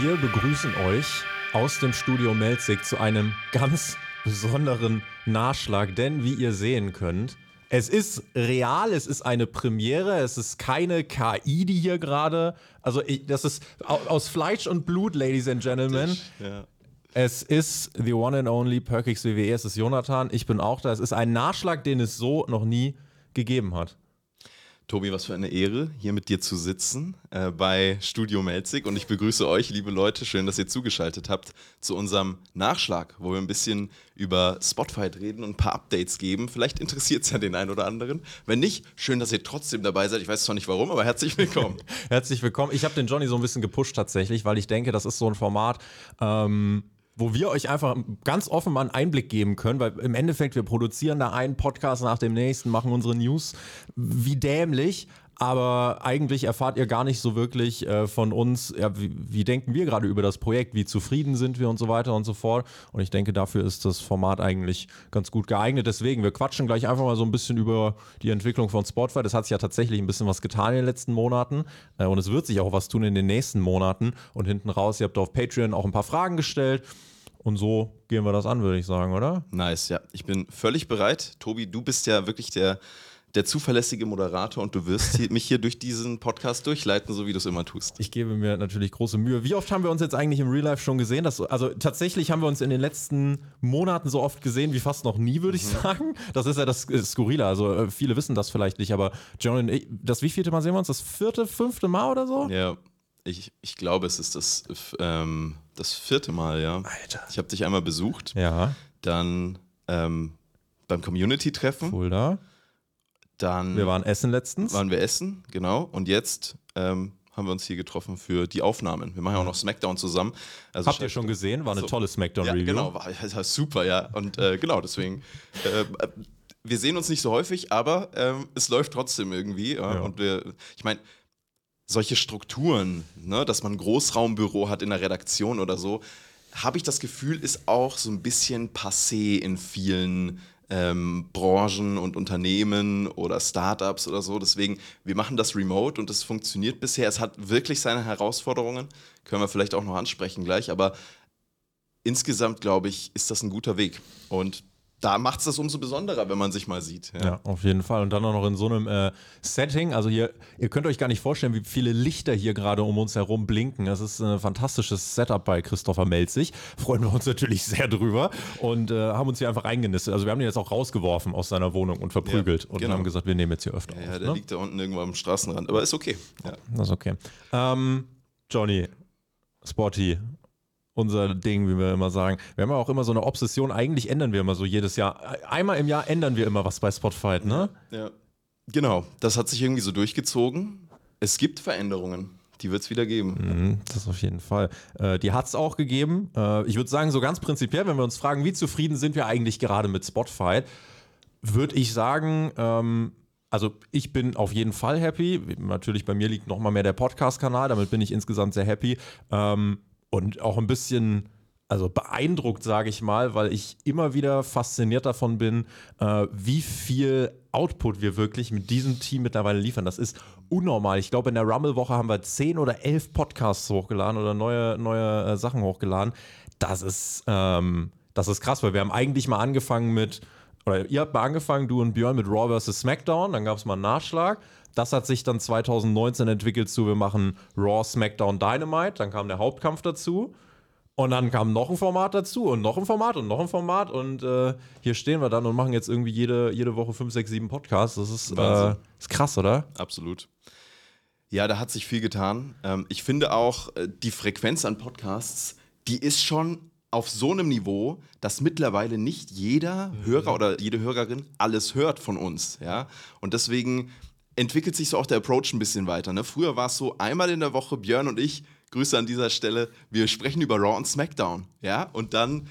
Wir begrüßen euch aus dem Studio Melzig zu einem ganz besonderen Nachschlag, denn wie ihr sehen könnt, es ist real, es ist eine Premiere, es ist keine KI, die hier gerade, das ist aus Fleisch und Blut, Ladies and Gentlemen. Ja. Es ist the one and only Perkix WWE, es ist Jonathan, ich bin auch da. Es ist ein Nachschlag, den es so noch nie gegeben hat. Tobi, was für eine Ehre, hier mit dir zu sitzen bei Studio Melzig. Und ich begrüße euch, liebe Leute, schön, dass ihr zugeschaltet habt zu unserem Nachschlag, wo wir ein bisschen über Spotfight reden und ein paar Updates geben. Vielleicht interessiert es ja den einen oder anderen. Wenn nicht, schön, dass ihr trotzdem dabei seid. Ich weiß zwar nicht warum, aber herzlich willkommen. Herzlich willkommen. Ich habe den Johnny so ein bisschen gepusht tatsächlich, weil ich denke, das ist so ein Format, wo wir euch einfach ganz offen mal einen Einblick geben können, weil im Endeffekt, wir produzieren da einen Podcast nach dem nächsten, machen unsere News wie dämlich, aber eigentlich erfahrt ihr gar nicht so wirklich von uns, ja, wie denken wir gerade über das Projekt, wie zufrieden sind wir und so weiter und so fort. Und ich denke, dafür ist das Format eigentlich ganz gut geeignet. Deswegen, wir quatschen gleich einfach mal so ein bisschen über die Entwicklung von Spotfight. Es hat sich ja tatsächlich ein bisschen was getan in den letzten Monaten und es wird sich auch was tun in den nächsten Monaten. Und hinten raus, ihr habt auf Patreon auch ein paar Fragen gestellt. Und so gehen wir das an, würde ich sagen, oder? Nice, ja. Ich bin völlig bereit. Tobi, du bist ja wirklich der zuverlässige Moderator und du wirst mich hier durch diesen Podcast durchleiten, so wie du es immer tust. Ich gebe mir natürlich große Mühe. Wie oft haben wir uns jetzt eigentlich im Real Life schon gesehen? Also tatsächlich haben wir uns in den letzten Monaten so oft gesehen wie fast noch nie, würde ich sagen. Das ist ja das Skurrile. Also viele wissen das vielleicht nicht, aber John und ich, das wievielte Mal sehen wir uns? Das 4., 5. Mal oder so? Ja, ich glaube, es ist das 4. Mal, ja. Alter. Ich habe dich einmal besucht. Ja. Dann beim Community-Treffen. Cool, Dann wir waren essen letztens. Waren wir essen, genau. Und jetzt haben wir uns hier getroffen für die Aufnahmen. Wir machen ja auch noch Smackdown zusammen. Also habt ihr schon gesehen? War eine tolle Smackdown-Review. Ja, genau, war super, ja. Und genau, deswegen, wir sehen uns nicht so häufig, aber es läuft trotzdem irgendwie. Ja. Und ich meine, solche Strukturen, ne, dass man ein Großraumbüro hat in der Redaktion oder so, habe ich das Gefühl, ist auch so ein bisschen passé in vielen Branchen und Unternehmen oder Startups oder so. Deswegen, wir machen das remote und es funktioniert bisher. Es hat wirklich seine Herausforderungen, können wir vielleicht auch noch ansprechen gleich, aber insgesamt, glaube ich, ist das ein guter Weg. Und da macht es das umso besonderer, wenn man sich mal sieht. Ja, auf jeden Fall. Und dann auch noch in so einem Setting. Also hier, ihr könnt euch gar nicht vorstellen, wie viele Lichter hier gerade um uns herum blinken. Das ist ein fantastisches Setup bei Christopher Melzig. Freuen wir uns natürlich sehr drüber und haben uns hier einfach eingenistet. Also wir haben ihn jetzt auch rausgeworfen aus seiner Wohnung und verprügelt und haben gesagt, wir nehmen jetzt hier öfter auf. Ja, der liegt da unten irgendwo am Straßenrand. Aber ist okay. Ja. Das ist okay. Johnny, Spotty, unser Ding, wie wir immer sagen. Wir haben ja auch immer so eine Obsession, eigentlich ändern wir immer so jedes Jahr. Einmal im Jahr ändern wir immer was bei Spotfight, ne? Ja. Genau, das hat sich irgendwie so durchgezogen. Es gibt Veränderungen, die wird es wieder geben. Das auf jeden Fall. Die hat es auch gegeben. Ich würde sagen, so ganz prinzipiell, wenn wir uns fragen, wie zufrieden sind wir eigentlich gerade mit Spotfight, würde ich sagen, also ich bin auf jeden Fall happy. Natürlich bei mir liegt noch mal mehr der Podcast-Kanal, damit bin ich insgesamt sehr happy. Und auch ein bisschen, also beeindruckt, sage ich mal, weil ich immer wieder fasziniert davon bin, wie viel Output wir wirklich mit diesem Team mittlerweile liefern. Das ist unnormal. Ich glaube, in der Rumble-Woche haben wir 10 oder 11 Podcasts hochgeladen oder neue Sachen hochgeladen. Das ist krass, weil wir haben eigentlich mal angefangen oder ihr habt mal angefangen, du und Björn, mit Raw vs. SmackDown, dann gab es mal einen Nachschlag. Das hat sich dann 2019 entwickelt zu, wir machen Raw, SmackDown, Dynamite, dann kam der Hauptkampf dazu und dann kam noch ein Format dazu und noch ein Format und noch ein Format und hier stehen wir dann und machen jetzt irgendwie jede Woche 5, 6, 7 Podcasts. Das ist krass, oder? Absolut. Ja, da hat sich viel getan. Ich finde auch, die Frequenz an Podcasts, die ist schon auf so einem Niveau, dass mittlerweile nicht jeder Hörer oder jede Hörerin alles hört von uns. Ja? Und deswegen entwickelt sich so auch der Approach ein bisschen weiter. Ne? Früher war es so, einmal in der Woche, Björn und ich, Grüße an dieser Stelle, wir sprechen über Raw und SmackDown. Ja? Und dann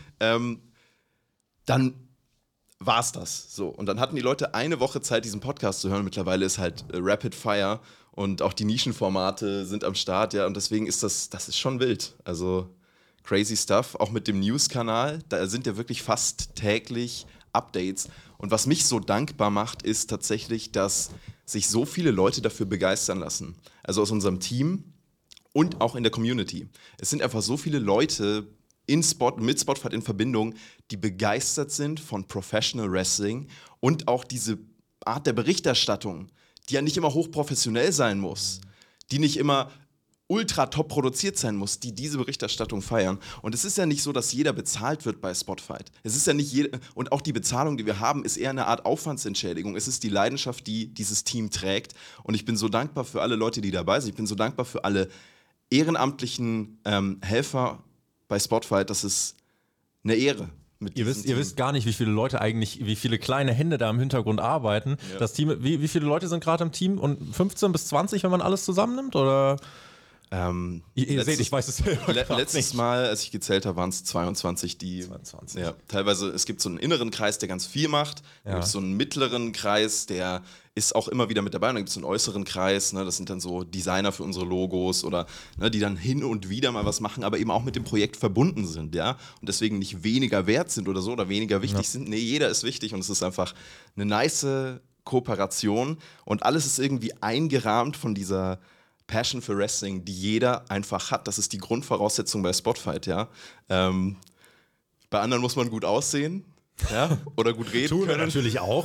war es das. So. Und dann hatten die Leute eine Woche Zeit, diesen Podcast zu hören. Mittlerweile ist halt Rapid Fire und auch die Nischenformate sind am Start. Ja? Und deswegen ist das ist schon wild. Also crazy stuff. Auch mit dem News-Kanal, da sind ja wirklich fast täglich Updates. Und was mich so dankbar macht, ist tatsächlich, dass sich so viele Leute dafür begeistern lassen. Also aus unserem Team und auch in der Community. Es sind einfach so viele Leute mit Spotfight in Verbindung, die begeistert sind von Professional Wrestling und auch diese Art der Berichterstattung, die ja nicht immer hochprofessionell sein muss, die nicht immer ultra top produziert sein muss, die diese Berichterstattung feiern. Und es ist ja nicht so, dass jeder bezahlt wird bei Spotfight. Es ist ja nicht und auch die Bezahlung, die wir haben, ist eher eine Art Aufwandsentschädigung. Es ist die Leidenschaft, die dieses Team trägt. Und ich bin so dankbar für alle Leute, die dabei sind. Ich bin so dankbar für alle ehrenamtlichen Helfer bei Spotfight. Das ist eine Ehre. Ihr wisst gar nicht, wie viele Leute eigentlich, wie viele kleine Hände da im Hintergrund arbeiten. Ja. Das Team, wie viele Leute sind gerade im Team? Und 15 bis 20, wenn man alles zusammennimmt? Oder? Ihr seht, ich weiß es selber letztes nicht. Mal, als ich gezählt habe, waren es 22, die 22. Ja, teilweise, es gibt so einen inneren Kreis, der ganz viel macht, dann gibt es so einen mittleren Kreis, der ist auch immer wieder mit dabei, und dann gibt es so einen äußeren Kreis, ne, das sind dann so Designer für unsere Logos oder ne, die dann hin und wieder mal was machen, aber eben auch mit dem Projekt verbunden sind, ja, und deswegen nicht weniger wert sind oder so oder weniger wichtig sind. Nee, jeder ist wichtig und es ist einfach eine nice Kooperation und alles ist irgendwie eingerahmt von dieser Passion für Wrestling, die jeder einfach hat. Das ist die Grundvoraussetzung bei Spotfight, ja. Bei anderen muss man gut aussehen, ja, oder gut reden Tun wir natürlich auch.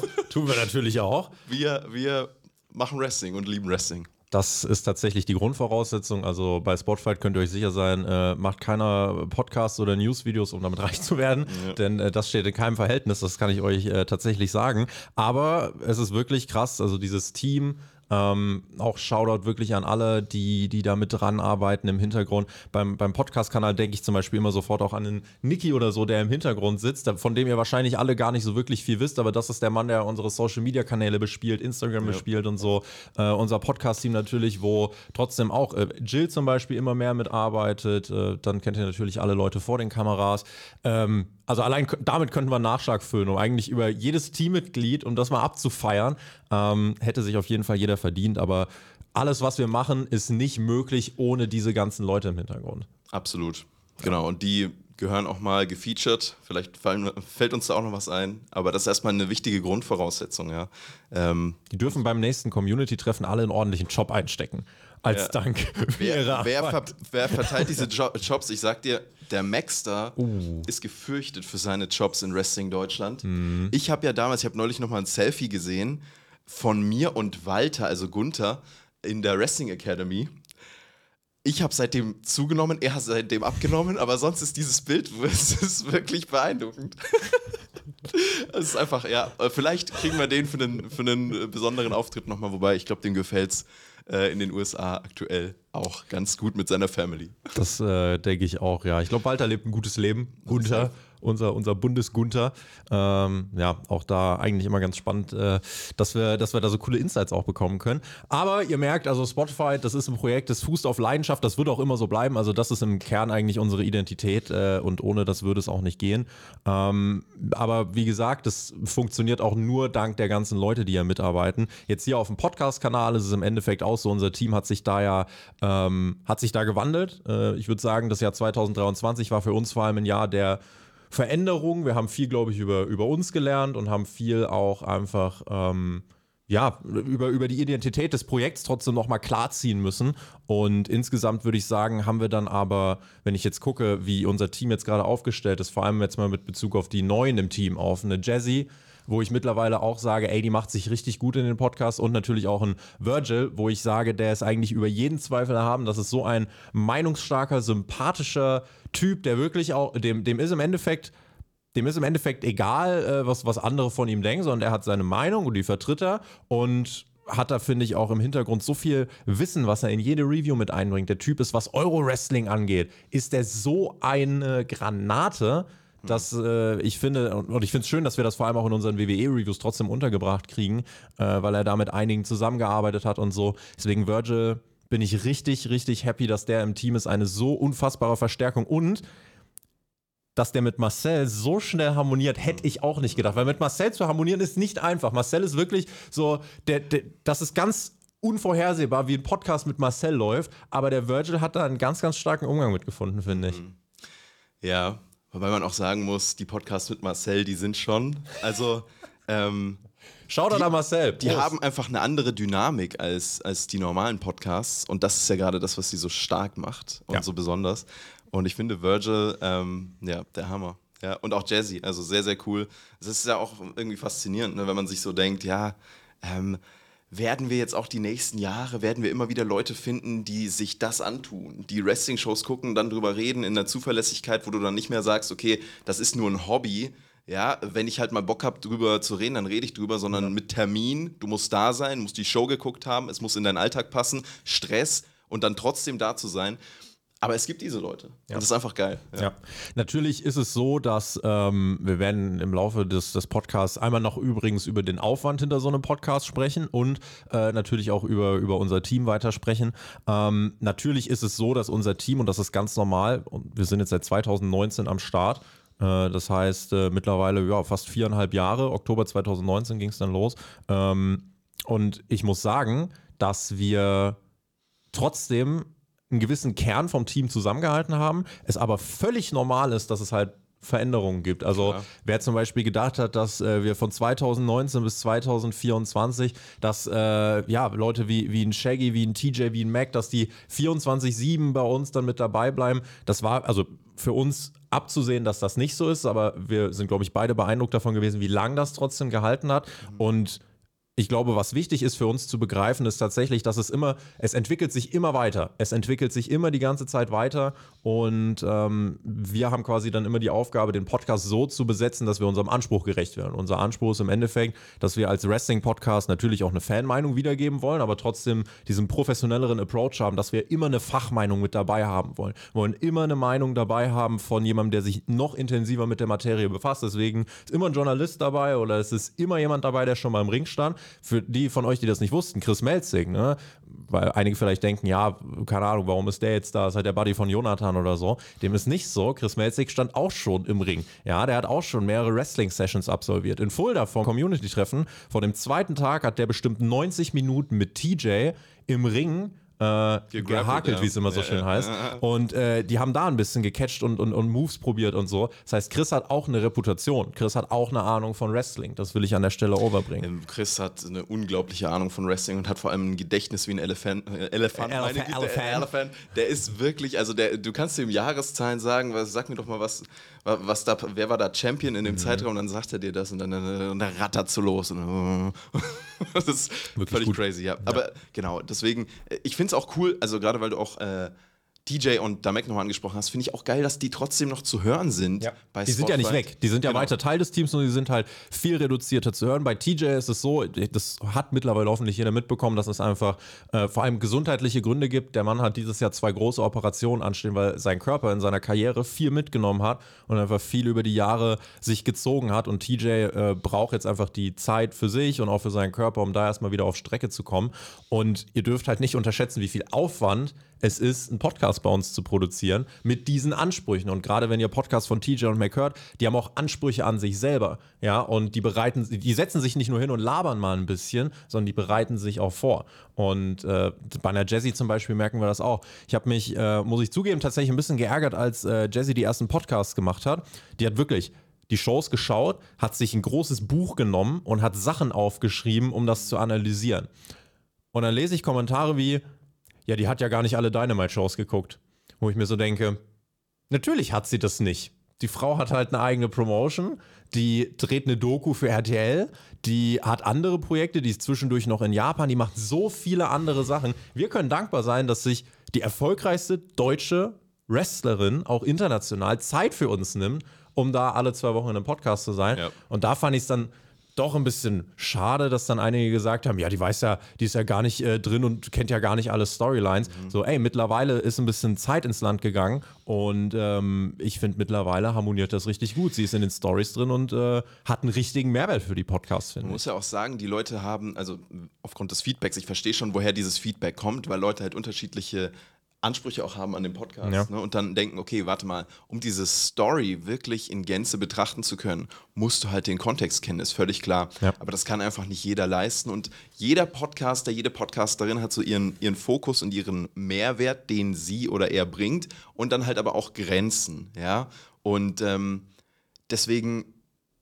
Wir machen Wrestling und lieben Wrestling. Das ist tatsächlich die Grundvoraussetzung. Also bei Spotfight könnt ihr euch sicher sein, macht keiner Podcasts oder Newsvideos, um damit reich zu werden, denn das steht in keinem Verhältnis, das kann ich euch tatsächlich sagen. Aber es ist wirklich krass, also dieses Team, auch Shoutout wirklich an alle, die da mit dran arbeiten im Hintergrund. Beim Podcast-Kanal denke ich zum Beispiel immer sofort auch an den Niki oder so, der im Hintergrund sitzt, von dem ihr wahrscheinlich alle gar nicht so wirklich viel wisst, aber das ist der Mann, der unsere Social-Media-Kanäle bespielt, Instagram bespielt und so. Unser Podcast-Team natürlich, wo trotzdem auch Jill zum Beispiel immer mehr mitarbeitet. Dann kennt ihr natürlich alle Leute vor den Kameras. Also allein damit könnten wir einen Nachschlag füllen, um eigentlich über jedes Teammitglied, um das mal abzufeiern, hätte sich auf jeden Fall jeder verdient. Aber alles, was wir machen, ist nicht möglich ohne diese ganzen Leute im Hintergrund. Absolut. Genau, und die gehören auch mal gefeatured. Vielleicht fällt uns da auch noch was ein. Aber das ist erstmal eine wichtige Grundvoraussetzung, ja. Die dürfen beim nächsten Community-Treffen alle einen ordentlichen Job einstecken. Als Dank für ihre Arbeit. Wer verteilt diese Jobs? Ich sag dir, der Maxter ist gefürchtet für seine Jobs in Wrestling Deutschland. Ich habe neulich noch mal ein Selfie gesehen von mir und Walter, also Gunther, in der Wrestling Academy. Ich habe seitdem zugenommen, er hat seitdem abgenommen, aber sonst ist dieses Bild ist wirklich beeindruckend. Es ist einfach, ja, vielleicht kriegen wir den für einen besonderen Auftritt nochmal, wobei ich glaube, dem gefällt's in den USA aktuell auch ganz gut mit seiner Family. Das denke ich auch, ja. Ich glaube, Walter lebt ein gutes Leben. Gunther, unser Bundes-Gunther. Ja, auch da eigentlich immer ganz spannend, dass wir da so coole Insights auch bekommen können. Aber ihr merkt, also Spotfight, das ist ein Projekt, das fußt auf Leidenschaft, das wird auch immer so bleiben. Also das ist im Kern eigentlich unsere Identität und ohne das würde es auch nicht gehen. Aber wie gesagt, das funktioniert auch nur dank der ganzen Leute, die ja mitarbeiten. Jetzt hier auf dem Podcast-Kanal ist es im Endeffekt auch so, unser Team hat sich da gewandelt. Ich würde sagen, das Jahr 2023 war für uns vor allem ein Jahr der Veränderung. Wir haben viel, glaube ich, über uns gelernt und haben viel auch einfach über die Identität des Projekts trotzdem nochmal klarziehen müssen. Und insgesamt würde ich sagen, haben wir dann aber, wenn ich jetzt gucke, wie unser Team jetzt gerade aufgestellt ist, vor allem jetzt mal mit Bezug auf die Neuen im Team, auf eine Jessie, wo ich mittlerweile auch sage, ey, die macht sich richtig gut in den Podcast, und natürlich auch ein Virgil, wo ich sage, der ist eigentlich über jeden Zweifel erhaben. Das ist so ein meinungsstarker, sympathischer Typ, der wirklich auch, dem ist im Endeffekt egal, was andere von ihm denken, sondern er hat seine Meinung und die vertritt er und hat da, finde ich, auch im Hintergrund so viel Wissen, was er in jede Review mit einbringt. Der Typ ist, was Euro-Wrestling angeht, ist der so eine Granate, dass ich finde, und ich finde es schön, dass wir das vor allem auch in unseren WWE-Reviews trotzdem untergebracht kriegen, weil er da mit einigen zusammengearbeitet hat und so. Deswegen Virgil bin ich richtig, richtig happy, dass der im Team ist. Eine so unfassbare Verstärkung, und dass der mit Marcel so schnell harmoniert, hätte ich auch nicht gedacht. Weil mit Marcel zu harmonieren ist nicht einfach. Marcel ist wirklich so, das ist ganz unvorhersehbar, wie ein Podcast mit Marcel läuft. Aber der Virgil hat da einen ganz, ganz starken Umgang mitgefunden, finde ich. Ja, wobei man auch sagen muss, die Podcasts mit Marcel, die sind schon, also Shoutout an Marcel. Die haben einfach eine andere Dynamik als die normalen Podcasts. Und das ist ja gerade das, was sie so stark macht und so besonders. Und ich finde Virgil, der Hammer. Ja, und auch Jazzy, also sehr, sehr cool. Es ist ja auch irgendwie faszinierend, ne, wenn man sich so denkt, werden wir jetzt auch die nächsten Jahre, werden wir immer wieder Leute finden, die sich das antun, die Wrestling-Shows gucken, dann drüber reden in der Zuverlässigkeit, wo du dann nicht mehr sagst, okay, das ist nur ein Hobby. Ja, wenn ich halt mal Bock habe, drüber zu reden, dann rede ich drüber, sondern mit Termin, du musst da sein, musst die Show geguckt haben, es muss in deinen Alltag passen, Stress und dann trotzdem da zu sein. Aber es gibt diese Leute. Und das ist einfach geil. Ja. Natürlich ist es so, dass wir werden im Laufe des Podcasts einmal noch übrigens über den Aufwand hinter so einem Podcast sprechen und natürlich auch über unser Team weitersprechen. Natürlich ist es so, dass unser Team, und das ist ganz normal, und wir sind jetzt seit 2019 am Start, das heißt mittlerweile fast 4,5 Jahre, Oktober 2019 ging es dann los. Und ich muss sagen, dass wir trotzdem einen gewissen Kern vom Team zusammengehalten haben, es aber völlig normal ist, dass es halt Veränderungen gibt. Also wer zum Beispiel gedacht hat, dass wir von 2019 bis 2024, dass Leute wie ein Shaggy, wie ein TJ, wie ein Mac, dass die 24/7 bei uns dann mit dabei bleiben, das war also für uns abzusehen, dass das nicht so ist, aber wir sind, glaube ich, beide beeindruckt davon gewesen, wie lange das trotzdem gehalten hat. Und ich glaube, was wichtig ist für uns zu begreifen, ist tatsächlich, dass es entwickelt sich immer weiter. Es entwickelt sich immer die ganze Zeit weiter und wir haben quasi dann immer die Aufgabe, den Podcast so zu besetzen, dass wir unserem Anspruch gerecht werden. Unser Anspruch ist im Endeffekt, dass wir als Wrestling-Podcast natürlich auch eine Fanmeinung wiedergeben wollen, aber trotzdem diesen professionelleren Approach haben, dass wir immer eine Fachmeinung mit dabei haben wollen. Wir wollen immer eine Meinung dabei haben von jemandem, der sich noch intensiver mit der Materie befasst. Deswegen ist immer ein Journalist dabei oder es ist immer jemand dabei, der schon mal im Ring stand. Für die von euch, die das nicht wussten, Chris Melzig, ne? Weil einige vielleicht denken, ja, keine Ahnung, warum ist der jetzt da? Ist halt der Buddy von Jonathan oder so. Dem ist nicht so. Chris Melzig stand auch schon im Ring. Ja, der hat auch schon mehrere Wrestling-Sessions absolviert. In Fulda vom Community-Treffen, vor dem zweiten Tag hat der bestimmt 90 Minuten mit TJ im Ring gehakelt, wie es immer so schön heißt. Und die haben da ein bisschen gecatcht und Moves probiert und so. Das heißt, Chris hat auch eine Reputation. Chris hat auch eine Ahnung von Wrestling. Das will ich an der Stelle overbringen. Chris hat eine unglaubliche Ahnung von Wrestling und hat vor allem ein Gedächtnis wie ein Elefant. Der ist wirklich, also du kannst ihm Jahreszahlen sagen, sag mir doch mal, wer war da Champion in dem Zeitraum, und dann sagt er dir das und dann rattert so los. Das ist wirklich völlig gut. Crazy, ja. Aber genau, deswegen, ich finde es auch cool, also gerade weil du auch TJ und Damek nochmal angesprochen hast, finde ich auch geil, dass die trotzdem noch zu hören sind. Ja. Bei die sind ja nicht weg, die sind ja weiter Teil des Teams und die sind halt viel reduzierter zu hören. Bei TJ ist es so, das hat mittlerweile hoffentlich jeder mitbekommen, dass es einfach vor allem gesundheitliche Gründe gibt. Der Mann hat dieses Jahr 2 große Operationen anstehen, weil sein Körper in seiner Karriere viel mitgenommen hat und einfach viel über die Jahre sich gezogen hat. Und TJ braucht jetzt einfach die Zeit für sich und auch für seinen Körper, um da erstmal wieder auf Strecke zu kommen. Und ihr dürft halt nicht unterschätzen, wie viel Aufwand es ist, einen Podcast bei uns zu produzieren mit diesen Ansprüchen. Und gerade wenn ihr Podcasts von TJ und Mac hört, die haben auch Ansprüche an sich selber. Ja, und die setzen sich nicht nur hin und labern mal ein bisschen, sondern die bereiten sich auch vor. Und bei einer Jazzy zum Beispiel merken wir das auch. Ich habe mich, muss ich zugeben, tatsächlich ein bisschen geärgert, als Jazzy die ersten Podcasts gemacht hat. Die hat wirklich die Shows geschaut, hat sich ein großes Buch genommen und hat Sachen aufgeschrieben, um das zu analysieren. Und dann lese ich Kommentare wie: Ja, die hat ja gar nicht alle Dynamite-Shows geguckt. Wo ich mir so denke, natürlich hat sie das nicht. Die Frau hat halt eine eigene Promotion, die dreht eine Doku für RTL, die hat andere Projekte, die ist zwischendurch noch in Japan, die macht so viele andere Sachen. Wir können dankbar sein, dass sich die erfolgreichste deutsche Wrestlerin auch international Zeit für uns nimmt, um da alle 2 Wochen in einem Podcast zu sein. Ja. Und da fand ich es dann doch ein bisschen schade, dass dann einige gesagt haben, ja, die ist ja gar nicht drin und kennt ja gar nicht alle Storylines. So, mittlerweile ist ein bisschen Zeit ins Land gegangen und ich finde, mittlerweile harmoniert das richtig gut. Sie ist in den Stories drin und hat einen richtigen Mehrwert für die Podcasts, finde ich. Man muss ja auch sagen, die Leute haben, also aufgrund des Feedbacks, ich verstehe schon, woher dieses Feedback kommt, weil Leute halt unterschiedliche Ansprüche auch haben an den Podcast, ja. Ne? Und dann denken, okay, warte mal, um diese Story wirklich in Gänze betrachten zu können, musst du halt den Kontext kennen, ist völlig klar. Ja. Aber das kann einfach nicht jeder leisten und jeder Podcaster, jede Podcasterin hat so ihren Fokus und ihren Mehrwert, den sie oder er bringt und dann halt aber auch Grenzen, ja. Und deswegen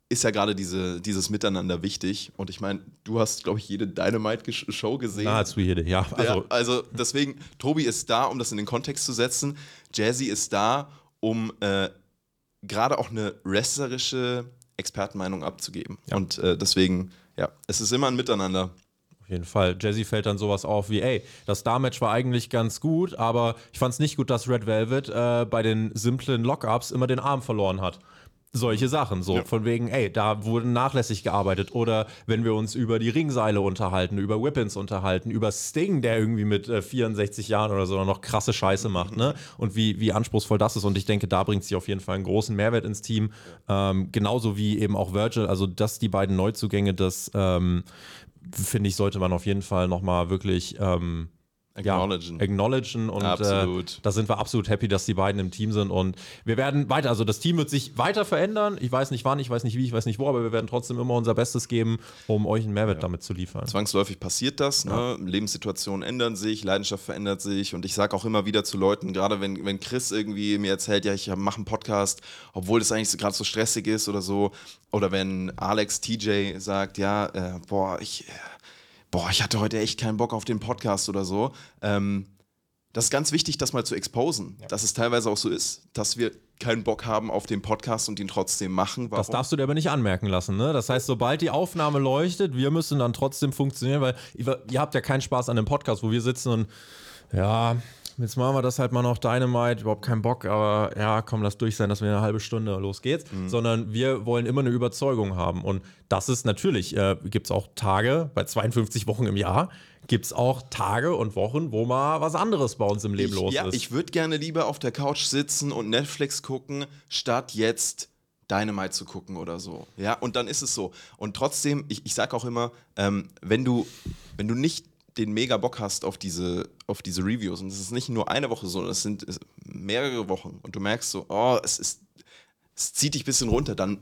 ist ja gerade dieses Miteinander wichtig. Und ich meine, du hast, glaube ich, jede Dynamite-Show gesehen. Nahezu jede, ja. Also deswegen, Tobi ist da, um das in den Kontext zu setzen. Jazzy ist da, um gerade auch eine wrestlerische Expertenmeinung abzugeben. Ja. Und deswegen, ja, es ist immer ein Miteinander. Auf jeden Fall. Jazzy fällt dann sowas auf wie, ey, das Star-Match war eigentlich ganz gut, aber ich fand es nicht gut, dass Red Velvet bei den simplen Lock-Ups immer den Arm verloren hat. Solche Sachen, so von wegen, ey, da wurde nachlässig gearbeitet. Oder wenn wir uns über die Ringseile unterhalten, über Whip-Ins unterhalten, über Sting, der irgendwie mit 64 Jahren oder so noch krasse Scheiße macht, ne? Und wie anspruchsvoll das ist. Und ich denke, da bringt sie auf jeden Fall einen großen Mehrwert ins Team. Genauso wie eben auch Virgil, also dass die beiden Neuzugänge, das finde ich, sollte man auf jeden Fall nochmal wirklich acknowledgen und da sind wir absolut happy, dass die beiden im Team sind und wir werden weiter, also das Team wird sich weiter verändern, ich weiß nicht wann, ich weiß nicht wie, ich weiß nicht wo, aber wir werden trotzdem immer unser Bestes geben, um euch einen Mehrwert damit zu liefern. Zwangsläufig passiert das, ne? Lebenssituationen ändern sich, Leidenschaft verändert sich und ich sage auch immer wieder zu Leuten, gerade wenn Chris irgendwie mir erzählt, ja, ich mache einen Podcast, obwohl das eigentlich gerade so stressig ist oder so, oder wenn Alex TJ sagt, ja, ich hatte heute echt keinen Bock auf den Podcast oder so. Das ist ganz wichtig, das mal zu exposen, dass es teilweise auch so ist, dass wir keinen Bock haben auf den Podcast und ihn trotzdem machen. Warum? Das darfst du dir aber nicht anmerken lassen, ne? Das heißt, sobald die Aufnahme leuchtet, wir müssen dann trotzdem funktionieren, weil ihr habt ja keinen Spaß an dem Podcast, wo wir sitzen und ja, jetzt machen wir das halt mal noch Dynamite, überhaupt keinen Bock, aber ja, komm, lass durch sein, dass wir eine halbe Stunde, los geht's. Sondern wir wollen immer eine Überzeugung haben. Und das ist natürlich, gibt es auch Tage, bei 52 Wochen im Jahr, gibt es auch Tage und Wochen, wo mal was anderes bei uns im Leben los ist. Ich würde gerne lieber auf der Couch sitzen und Netflix gucken, statt jetzt Dynamite zu gucken oder so. Ja, und dann ist es so. Und trotzdem, ich sage auch immer, wenn du nicht den mega Bock hast auf diese Reviews und es ist nicht nur eine Woche so, es sind mehrere Wochen und du merkst so, es zieht dich ein bisschen runter, dann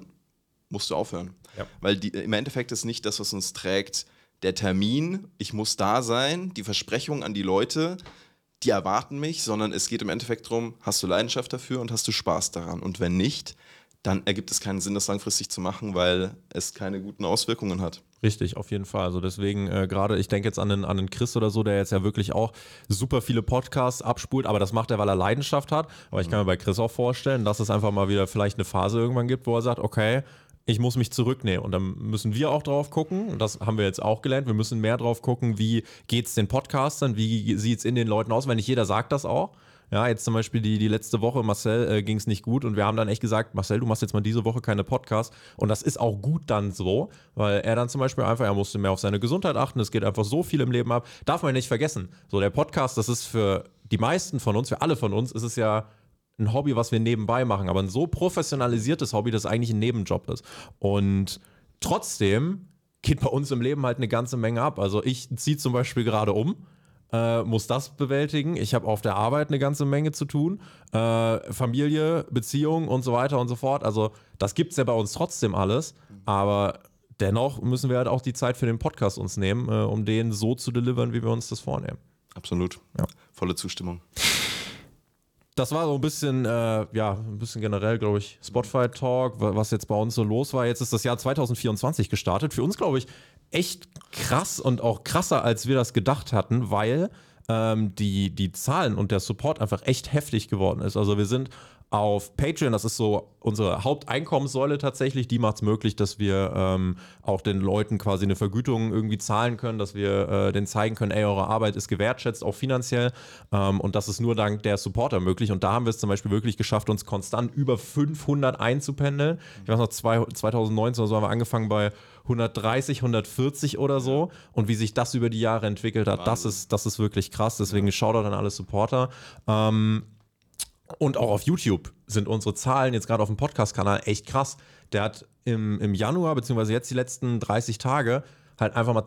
musst du aufhören. Ja. Weil im Endeffekt ist nicht das, was uns trägt, der Termin, ich muss da sein, die Versprechung an die Leute, die erwarten mich, sondern es geht im Endeffekt darum, hast du Leidenschaft dafür und hast du Spaß daran und wenn nicht, dann ergibt es keinen Sinn, das langfristig zu machen, weil es keine guten Auswirkungen hat. Richtig, auf jeden Fall. Also deswegen gerade, ich denke jetzt an den Chris oder so, der jetzt ja wirklich auch super viele Podcasts abspult, aber das macht er, weil er Leidenschaft hat. Aber ich kann mir bei Chris auch vorstellen, dass es einfach mal wieder vielleicht eine Phase irgendwann gibt, wo er sagt, okay, ich muss mich zurücknehmen. Und dann müssen wir auch drauf gucken, und das haben wir jetzt auch gelernt, wir müssen mehr drauf gucken, wie geht es den Podcastern, wie sieht es in den Leuten aus, weil nicht jeder sagt das auch. Ja, jetzt zum Beispiel die letzte Woche, Marcel ging es nicht gut und wir haben dann echt gesagt, Marcel, du machst jetzt mal diese Woche keine Podcasts und das ist auch gut dann so, weil er dann zum Beispiel einfach, er musste mehr auf seine Gesundheit achten, es geht einfach so viel im Leben ab, darf man nicht vergessen. So, der Podcast, das ist für die meisten von uns, für alle von uns, ist es ja ein Hobby, was wir nebenbei machen, aber ein so professionalisiertes Hobby, das eigentlich ein Nebenjob ist. Und trotzdem geht bei uns im Leben halt eine ganze Menge ab. Also ich ziehe zum Beispiel gerade um, muss das bewältigen. Ich habe auf der Arbeit eine ganze Menge zu tun. Familie, Beziehung und so weiter und so fort. Also das gibt es ja bei uns trotzdem alles. Aber dennoch müssen wir halt auch die Zeit für den Podcast uns nehmen, um den so zu delivern, wie wir uns das vornehmen. Absolut. Ja. Volle Zustimmung. Das war so ein bisschen generell, glaube ich, Spotify-Talk, was jetzt bei uns so los war. Jetzt ist das Jahr 2024 gestartet. Für uns, glaube ich, echt krass und auch krasser, als wir das gedacht hatten, weil die Zahlen und der Support einfach echt heftig geworden ist. Also wir sind auf Patreon, das ist so unsere Haupteinkommenssäule tatsächlich, die macht es möglich, dass wir auch den Leuten quasi eine Vergütung irgendwie zahlen können, dass wir denen zeigen können, ey, eure Arbeit ist gewertschätzt, auch finanziell und das ist nur dank der Supporter möglich und da haben wir es zum Beispiel wirklich geschafft, uns konstant über 500 einzupendeln. Ich weiß noch, 2019 oder so haben wir angefangen bei 130, 140 oder so und wie sich das über die Jahre entwickelt hat, das ist wirklich krass, deswegen Shoutout an alle Supporter. Und auch auf YouTube sind unsere Zahlen jetzt gerade auf dem Podcast-Kanal echt krass. Der hat im Januar, beziehungsweise jetzt die letzten 30 Tage, halt einfach mal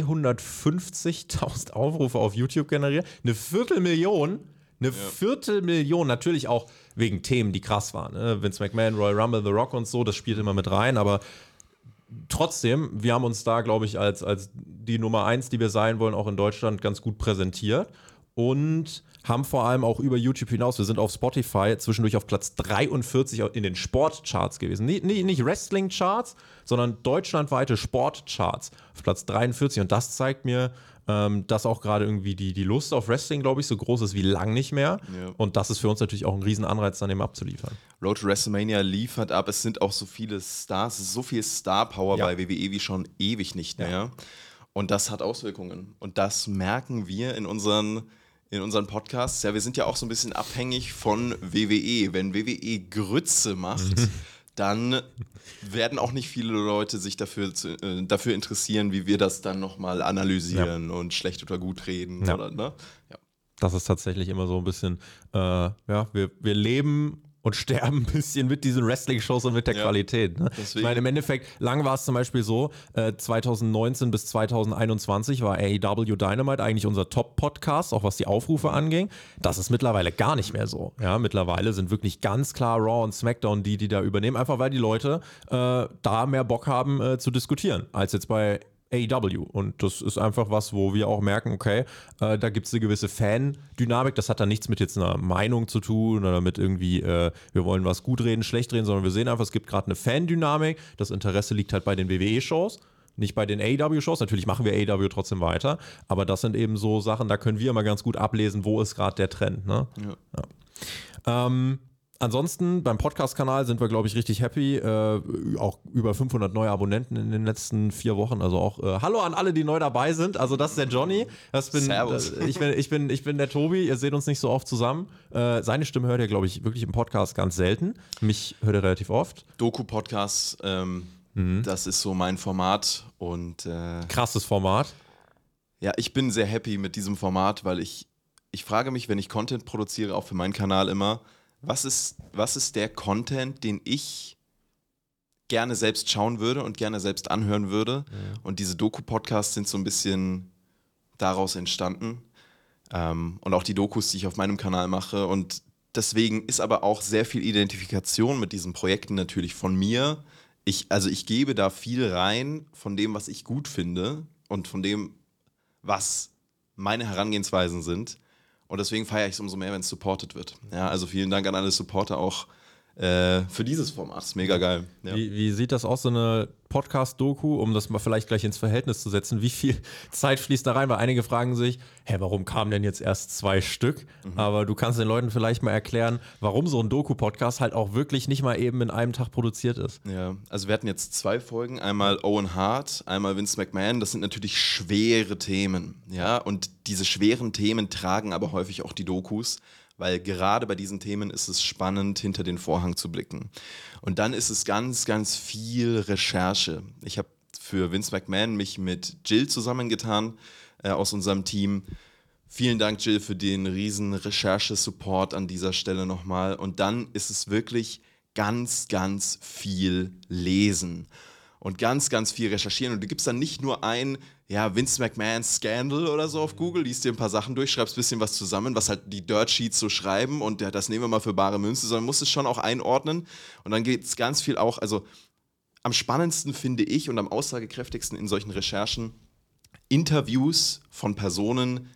250.000 Aufrufe auf YouTube generiert. Eine Viertelmillion, natürlich auch wegen Themen, die krass waren. Ne? Vince McMahon, Royal Rumble, The Rock und so, das spielt immer mit rein, aber trotzdem, wir haben uns da, glaube ich, als die Nummer 1, die wir sein wollen, auch in Deutschland ganz gut präsentiert. und haben vor allem auch über YouTube hinaus, wir sind auf Spotify zwischendurch auf Platz 43 in den Sportcharts gewesen. Nicht Wrestling-Charts, sondern deutschlandweite Sportcharts auf Platz 43. Und das zeigt mir, dass auch gerade irgendwie die Lust auf Wrestling, glaube ich, so groß ist wie lang nicht mehr. Ja. Und das ist für uns natürlich auch ein Riesenanreiz, dann eben abzuliefern. Road to WrestleMania liefert ab. Es sind auch so viele Stars, es ist so viel Star-Power bei WWE wie schon ewig nicht mehr. Ja. Und das hat Auswirkungen. Und das merken wir in unseren Podcasts. Ja, wir sind ja auch so ein bisschen abhängig von WWE. Wenn WWE Grütze macht, dann werden auch nicht viele Leute sich dafür interessieren, wie wir das dann nochmal analysieren und schlecht oder gut reden. Ja. Oder, ne? Ja. Das ist tatsächlich immer so ein bisschen, wir leben und sterben ein bisschen mit diesen Wrestling-Shows und mit der Qualität. Ne? Ich meine, im Endeffekt, lang war es zum Beispiel so, 2019 bis 2021 war AEW Dynamite eigentlich unser Top-Podcast, auch was die Aufrufe anging. Das ist mittlerweile gar nicht mehr so. Ja, mittlerweile sind wirklich ganz klar Raw und SmackDown die da übernehmen, einfach weil die Leute da mehr Bock haben zu diskutieren, als jetzt bei AEW. Und das ist einfach was, wo wir auch merken, okay, da gibt es eine gewisse Fan-Dynamik. Das hat dann nichts mit jetzt einer Meinung zu tun oder mit irgendwie, wir wollen was gut reden, schlecht reden, sondern wir sehen einfach, es gibt gerade eine Fan-Dynamik. Das Interesse liegt halt bei den WWE-Shows, nicht bei den AEW-Shows. Natürlich machen wir AEW trotzdem weiter, aber das sind eben so Sachen, da können wir immer ganz gut ablesen, wo ist gerade der Trend. Ne? Ja. Ansonsten beim Podcast-Kanal sind wir, glaube ich, richtig happy. Auch über 500 neue Abonnenten in den letzten 4 Wochen. Also auch hallo an alle, die neu dabei sind. Also das ist der Johnny. Servus. Ich bin der Tobi. Ihr seht uns nicht so oft zusammen. Seine Stimme hört ihr, glaube ich, wirklich im Podcast ganz selten. Mich hört ihr relativ oft. Doku-Podcast, das ist so mein Format. Und krasses Format. Ja, ich bin sehr happy mit diesem Format, weil ich frage mich, wenn ich Content produziere, auch für meinen Kanal immer, was ist der Content, den ich gerne selbst schauen würde und gerne selbst anhören würde? Ja. Und diese Doku-Podcasts sind so ein bisschen daraus entstanden. Und auch die Dokus, die ich auf meinem Kanal mache. Und deswegen ist aber auch sehr viel Identifikation mit diesen Projekten natürlich von mir. Ich gebe da viel rein von dem, was ich gut finde und von dem, was meine Herangehensweisen sind. Und deswegen feiere ich es umso mehr, wenn es supported wird. Ja, also vielen Dank an alle Supporter auch für dieses Format. Ist mega geil. Ja. Wie sieht das aus, so eine Podcast-Doku, um das mal vielleicht gleich ins Verhältnis zu setzen? Wie viel Zeit fließt da rein? Weil einige fragen sich, warum kamen denn jetzt erst 2 Stück? Aber du kannst den Leuten vielleicht mal erklären, warum so ein Doku-Podcast halt auch wirklich nicht mal eben in einem Tag produziert ist. Ja, also wir hatten jetzt 2 Folgen, einmal Owen Hart, einmal Vince McMahon. Das sind natürlich schwere Themen. Ja, und diese schweren Themen tragen aber häufig auch die Dokus, weil gerade bei diesen Themen ist es spannend, hinter den Vorhang zu blicken. Und dann ist es ganz, ganz viel Recherche. Ich habe für Vince McMahon mich mit Jill zusammengetan aus unserem Team. Vielen Dank, Jill, für den riesen Recherche-Support an dieser Stelle nochmal. Und dann ist es wirklich ganz, ganz viel Lesen und ganz, ganz viel recherchieren. Und du gibst dann nicht nur Vince McMahon Scandal oder so auf Google, liest dir ein paar Sachen durch, schreibst ein bisschen was zusammen, was halt die Dirt Sheets so schreiben und das nehmen wir mal für bare Münze, sondern musst es schon auch einordnen. Und dann geht es ganz viel auch, also am spannendsten finde ich und am aussagekräftigsten in solchen Recherchen Interviews von Personen,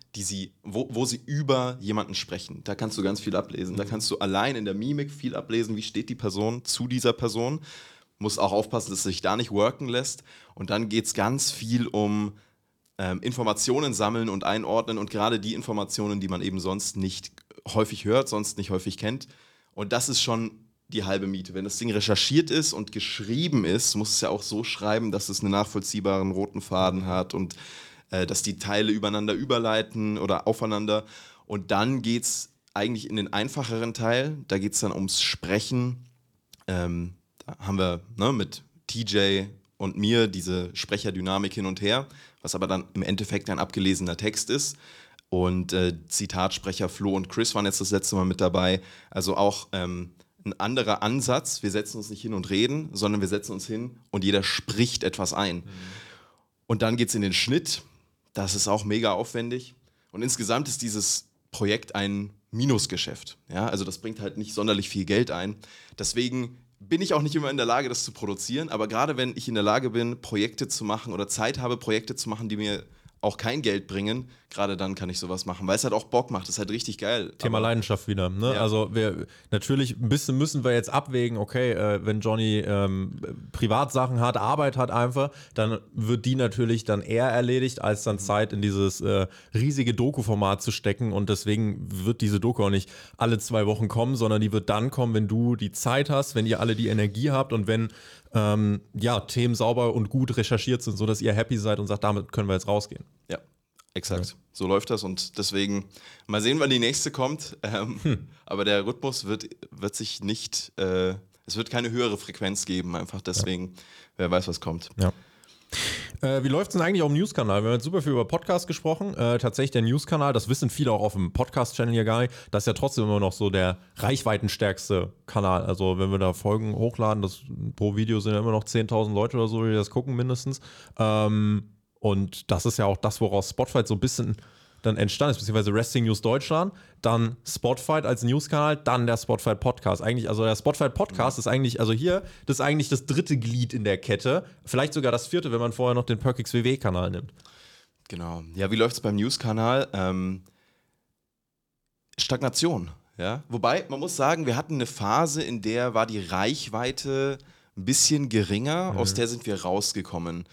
wo sie über jemanden sprechen. Da kannst du ganz viel ablesen. Da kannst du allein in der Mimik viel ablesen, wie steht die Person zu dieser Person. Muss auch aufpassen, dass es sich da nicht worken lässt. Und dann geht es ganz viel um Informationen sammeln und einordnen und gerade die Informationen, die man eben sonst nicht häufig hört, sonst nicht häufig kennt. Und das ist schon die halbe Miete. Wenn das Ding recherchiert ist und geschrieben ist, muss es ja auch so schreiben, dass es einen nachvollziehbaren roten Faden hat und dass die Teile übereinander überleiten oder aufeinander. Und dann geht es eigentlich in den einfacheren Teil. Da geht es dann ums Sprechen. Da haben wir mit TJ und mir diese Sprecherdynamik hin und her, was aber dann im Endeffekt ein abgelesener Text ist. Und Zitatsprecher Flo und Chris waren jetzt das letzte Mal mit dabei. Also auch ein anderer Ansatz. Wir setzen uns nicht hin und reden, sondern wir setzen uns hin und jeder spricht etwas ein. Und dann geht es in den Schnitt. Das ist auch mega aufwendig. Und insgesamt ist dieses Projekt ein Minusgeschäft. Ja? Also das bringt halt nicht sonderlich viel Geld ein. Deswegen bin ich auch nicht immer in der Lage, das zu produzieren. Aber gerade wenn ich in der Lage bin, Projekte zu machen oder Zeit habe, Projekte zu machen, die mir auch kein Geld bringen, gerade dann kann ich sowas machen, weil es halt auch Bock macht, das ist halt richtig geil. Thema Leidenschaft wieder. Ne? Ja. Also natürlich ein bisschen müssen wir jetzt abwägen, okay, wenn Johnny Privatsachen hat, Arbeit hat einfach, dann wird die natürlich dann eher erledigt, als dann Zeit in dieses riesige Doku-Format zu stecken, und deswegen wird diese Doku auch nicht alle 2 Wochen kommen, sondern die wird dann kommen, wenn du die Zeit hast, wenn ihr alle die Energie habt und wenn Themen sauber und gut recherchiert sind, sodass ihr happy seid und sagt, damit können wir jetzt rausgehen. Ja, exakt. Ja. So läuft das, und deswegen mal sehen, wann die nächste kommt. Aber der Rhythmus wird sich nicht, es wird keine höhere Frequenz geben, einfach deswegen, wer weiß, was kommt. Ja. Wie läuft es denn eigentlich auf dem News-Kanal? Wir haben jetzt super viel über Podcast gesprochen. Tatsächlich der News-Kanal, das wissen viele auch auf dem Podcast-Channel hier gar nicht, das ist ja trotzdem immer noch so der reichweitenstärkste Kanal. Also wenn wir da Folgen hochladen, pro Video sind ja immer noch 10.000 Leute oder so, die das gucken mindestens. Und das ist ja auch das, woraus Spotfight so ein bisschen dann entstanden ist, beziehungsweise Wrestling News Deutschland, dann Spotfight als News-Kanal, dann der Spotfight Podcast. Eigentlich, also der Spotfight Podcast ist eigentlich, also hier, das ist eigentlich das 3. Glied in der Kette, vielleicht sogar das 4., wenn man vorher noch den Perkix WW-Kanal nimmt. Genau. Ja, wie läuft es beim News-Kanal? Stagnation, ja. Wobei, man muss sagen, wir hatten eine Phase, in der war die Reichweite ein bisschen geringer, aus der sind wir rausgekommen.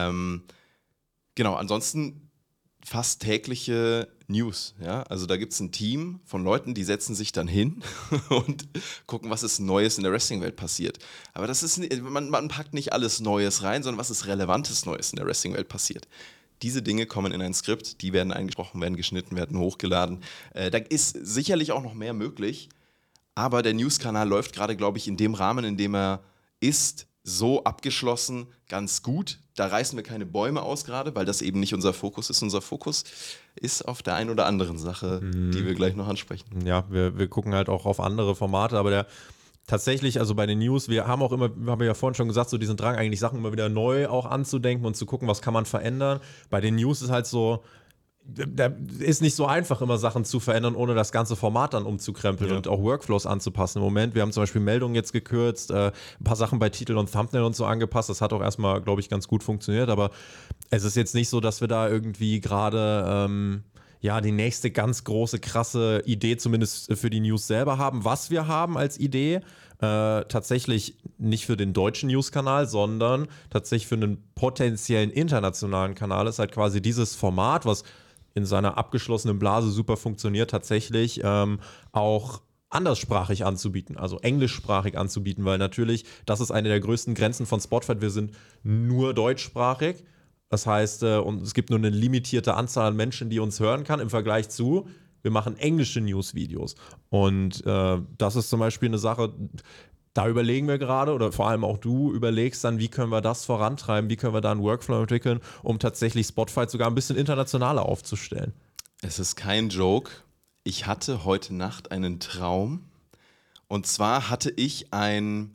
Genau, ansonsten fast tägliche News, ja, also da gibt es ein Team von Leuten, die setzen sich dann hin und gucken, was ist Neues in der Wrestling-Welt passiert. Aber das ist, man packt nicht alles Neues rein, sondern was ist relevantes Neues in der Wrestling-Welt passiert. Diese Dinge kommen in ein Skript, die werden eingesprochen, werden geschnitten, werden hochgeladen. Da ist sicherlich auch noch mehr möglich, aber der News-Kanal läuft gerade, glaube ich, in dem Rahmen, in dem er ist, so abgeschlossen, ganz gut. Da reißen wir keine Bäume aus gerade, weil das eben nicht unser Fokus ist. Unser Fokus ist auf der einen oder anderen Sache, die wir gleich noch ansprechen. Ja, wir gucken halt auch auf andere Formate, aber tatsächlich, also bei den News, wir haben auch immer, haben wir ja vorhin schon gesagt, so diesen Drang, eigentlich Sachen immer wieder neu auch anzudenken und zu gucken, was kann man verändern. Bei den News ist halt so, da ist nicht so einfach, immer Sachen zu verändern, ohne das ganze Format dann umzukrempeln und auch Workflows anzupassen. Im Moment, wir haben zum Beispiel Meldungen jetzt gekürzt, ein paar Sachen bei Titel und Thumbnail und so angepasst. Das hat auch erstmal, glaube ich, ganz gut funktioniert, aber es ist jetzt nicht so, dass wir da irgendwie gerade die nächste ganz große, krasse Idee zumindest für die News selber haben. Was wir haben als Idee, tatsächlich nicht für den deutschen News-Kanal, sondern tatsächlich für einen potenziellen internationalen Kanal, ist halt quasi dieses Format, was in seiner abgeschlossenen Blase super funktioniert, tatsächlich auch anderssprachig anzubieten, also englischsprachig anzubieten, weil natürlich, das ist eine der größten Grenzen von Spotfight, wir sind nur deutschsprachig. Das heißt, und es gibt nur eine limitierte Anzahl an Menschen, die uns hören kann, im Vergleich zu, wir machen englische News-Videos. Und das ist zum Beispiel eine Sache, da überlegen wir gerade, oder vor allem auch du überlegst dann, wie können wir das vorantreiben, wie können wir da einen Workflow entwickeln, um tatsächlich Spotfight sogar ein bisschen internationaler aufzustellen. Es ist kein Joke. Ich hatte heute Nacht einen Traum. Und zwar hatte ich ein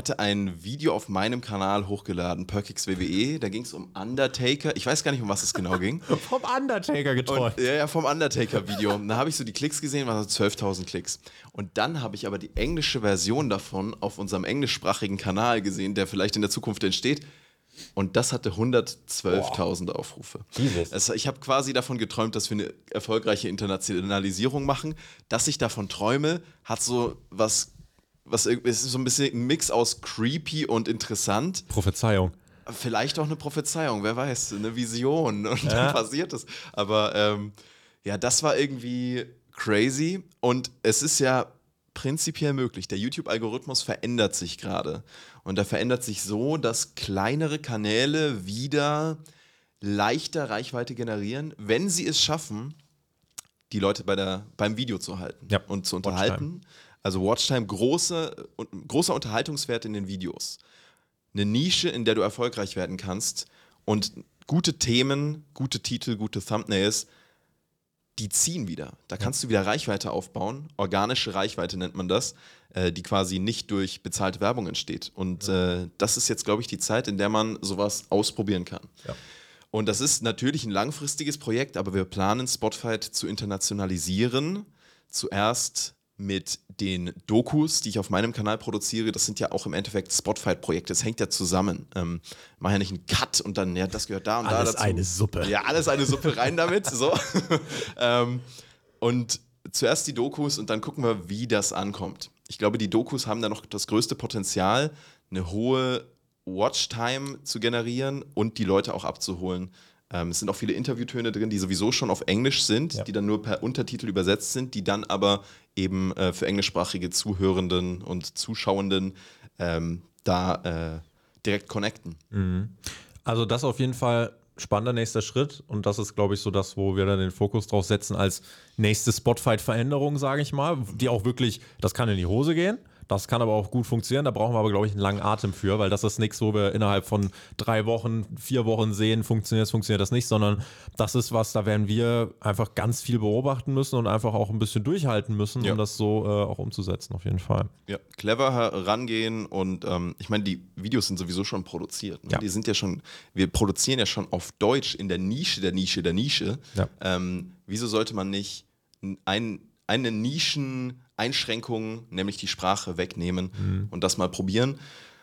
Video auf meinem Kanal hochgeladen, Perkix WWE, da ging es um Undertaker. Ich weiß gar nicht, um was es genau ging. Vom Undertaker geträumt. Ja, vom Undertaker-Video. Da habe ich so die Klicks gesehen, waren so 12.000 Klicks. Und dann habe ich aber die englische Version davon auf unserem englischsprachigen Kanal gesehen, der vielleicht in der Zukunft entsteht. Und das hatte 112.000 Aufrufe. Also ich habe quasi davon geträumt, dass wir eine erfolgreiche Internationalisierung machen. Dass ich davon träume, hat so was es ist so ein bisschen ein Mix aus creepy und interessant. Prophezeiung. Vielleicht auch eine Prophezeiung, wer weiß, eine Vision und dann passiert es. Aber das war irgendwie crazy und es ist ja prinzipiell möglich. Der YouTube-Algorithmus verändert sich gerade und er verändert sich so, dass kleinere Kanäle wieder leichter Reichweite generieren, wenn sie es schaffen, die Leute beim Video zu halten und zu unterhalten. Also Watchtime, großer Unterhaltungswert in den Videos. Eine Nische, in der du erfolgreich werden kannst und gute Themen, gute Titel, gute Thumbnails, die ziehen wieder. Da kannst du wieder Reichweite aufbauen. Organische Reichweite nennt man das, die quasi nicht durch bezahlte Werbung entsteht. Und das ist jetzt, glaube ich, die Zeit, in der man sowas ausprobieren kann. Ja. Und das ist natürlich ein langfristiges Projekt, aber wir planen Spotfight zu internationalisieren. Zuerst mit den Dokus, die ich auf meinem Kanal produziere, das sind ja auch im Endeffekt Spotfight-Projekte. Das hängt ja zusammen. Mach ja nicht einen Cut und dann, ja, das gehört da und alles da dazu. Alles eine Suppe. Ja, alles eine Suppe, rein damit. So. Und zuerst die Dokus und dann gucken wir, wie das ankommt. Ich glaube, die Dokus haben da noch das größte Potenzial, eine hohe Watchtime zu generieren und die Leute auch abzuholen. Es sind auch viele Interviewtöne drin, die sowieso schon auf Englisch sind, die dann nur per Untertitel übersetzt sind, die dann aber eben für englischsprachige Zuhörenden und Zuschauenden direkt connecten. Also das auf jeden Fall spannender nächster Schritt und das ist, glaube ich, so das, wo wir dann den Fokus drauf setzen als nächste Spotfight-Veränderung, sage ich mal, die auch wirklich, das kann in die Hose gehen. Das kann aber auch gut funktionieren, da brauchen wir aber, glaube ich, einen langen Atem für, weil das ist nichts, wo wir innerhalb von 3 Wochen, 4 Wochen sehen, funktioniert das nicht, sondern das ist was, da werden wir einfach ganz viel beobachten müssen und einfach auch ein bisschen durchhalten müssen, um das so auch umzusetzen, auf jeden Fall. Ja, clever herangehen und ich meine, die Videos sind sowieso schon produziert. Ne? Ja. Die sind ja schon, wir produzieren ja schon auf Deutsch in der Nische der Nische der Nische. Ja. Wieso sollte man nicht eine Nischeneinschränkung, nämlich die Sprache, wegnehmen und das mal probieren.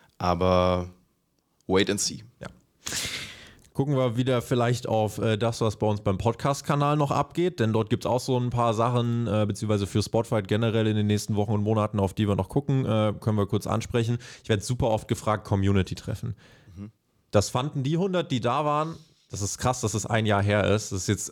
Aber wait and see. Ja. Gucken wir wieder vielleicht auf das, was bei uns beim Podcast-Kanal noch abgeht, denn dort gibt es auch so ein paar Sachen, beziehungsweise für Spotfight generell in den nächsten Wochen und Monaten, auf die wir noch gucken, können wir kurz ansprechen. Ich werde super oft gefragt, Community-Treffen. Das fanden die 100, die da waren. Das ist krass, dass es ein Jahr her ist. Das ist jetzt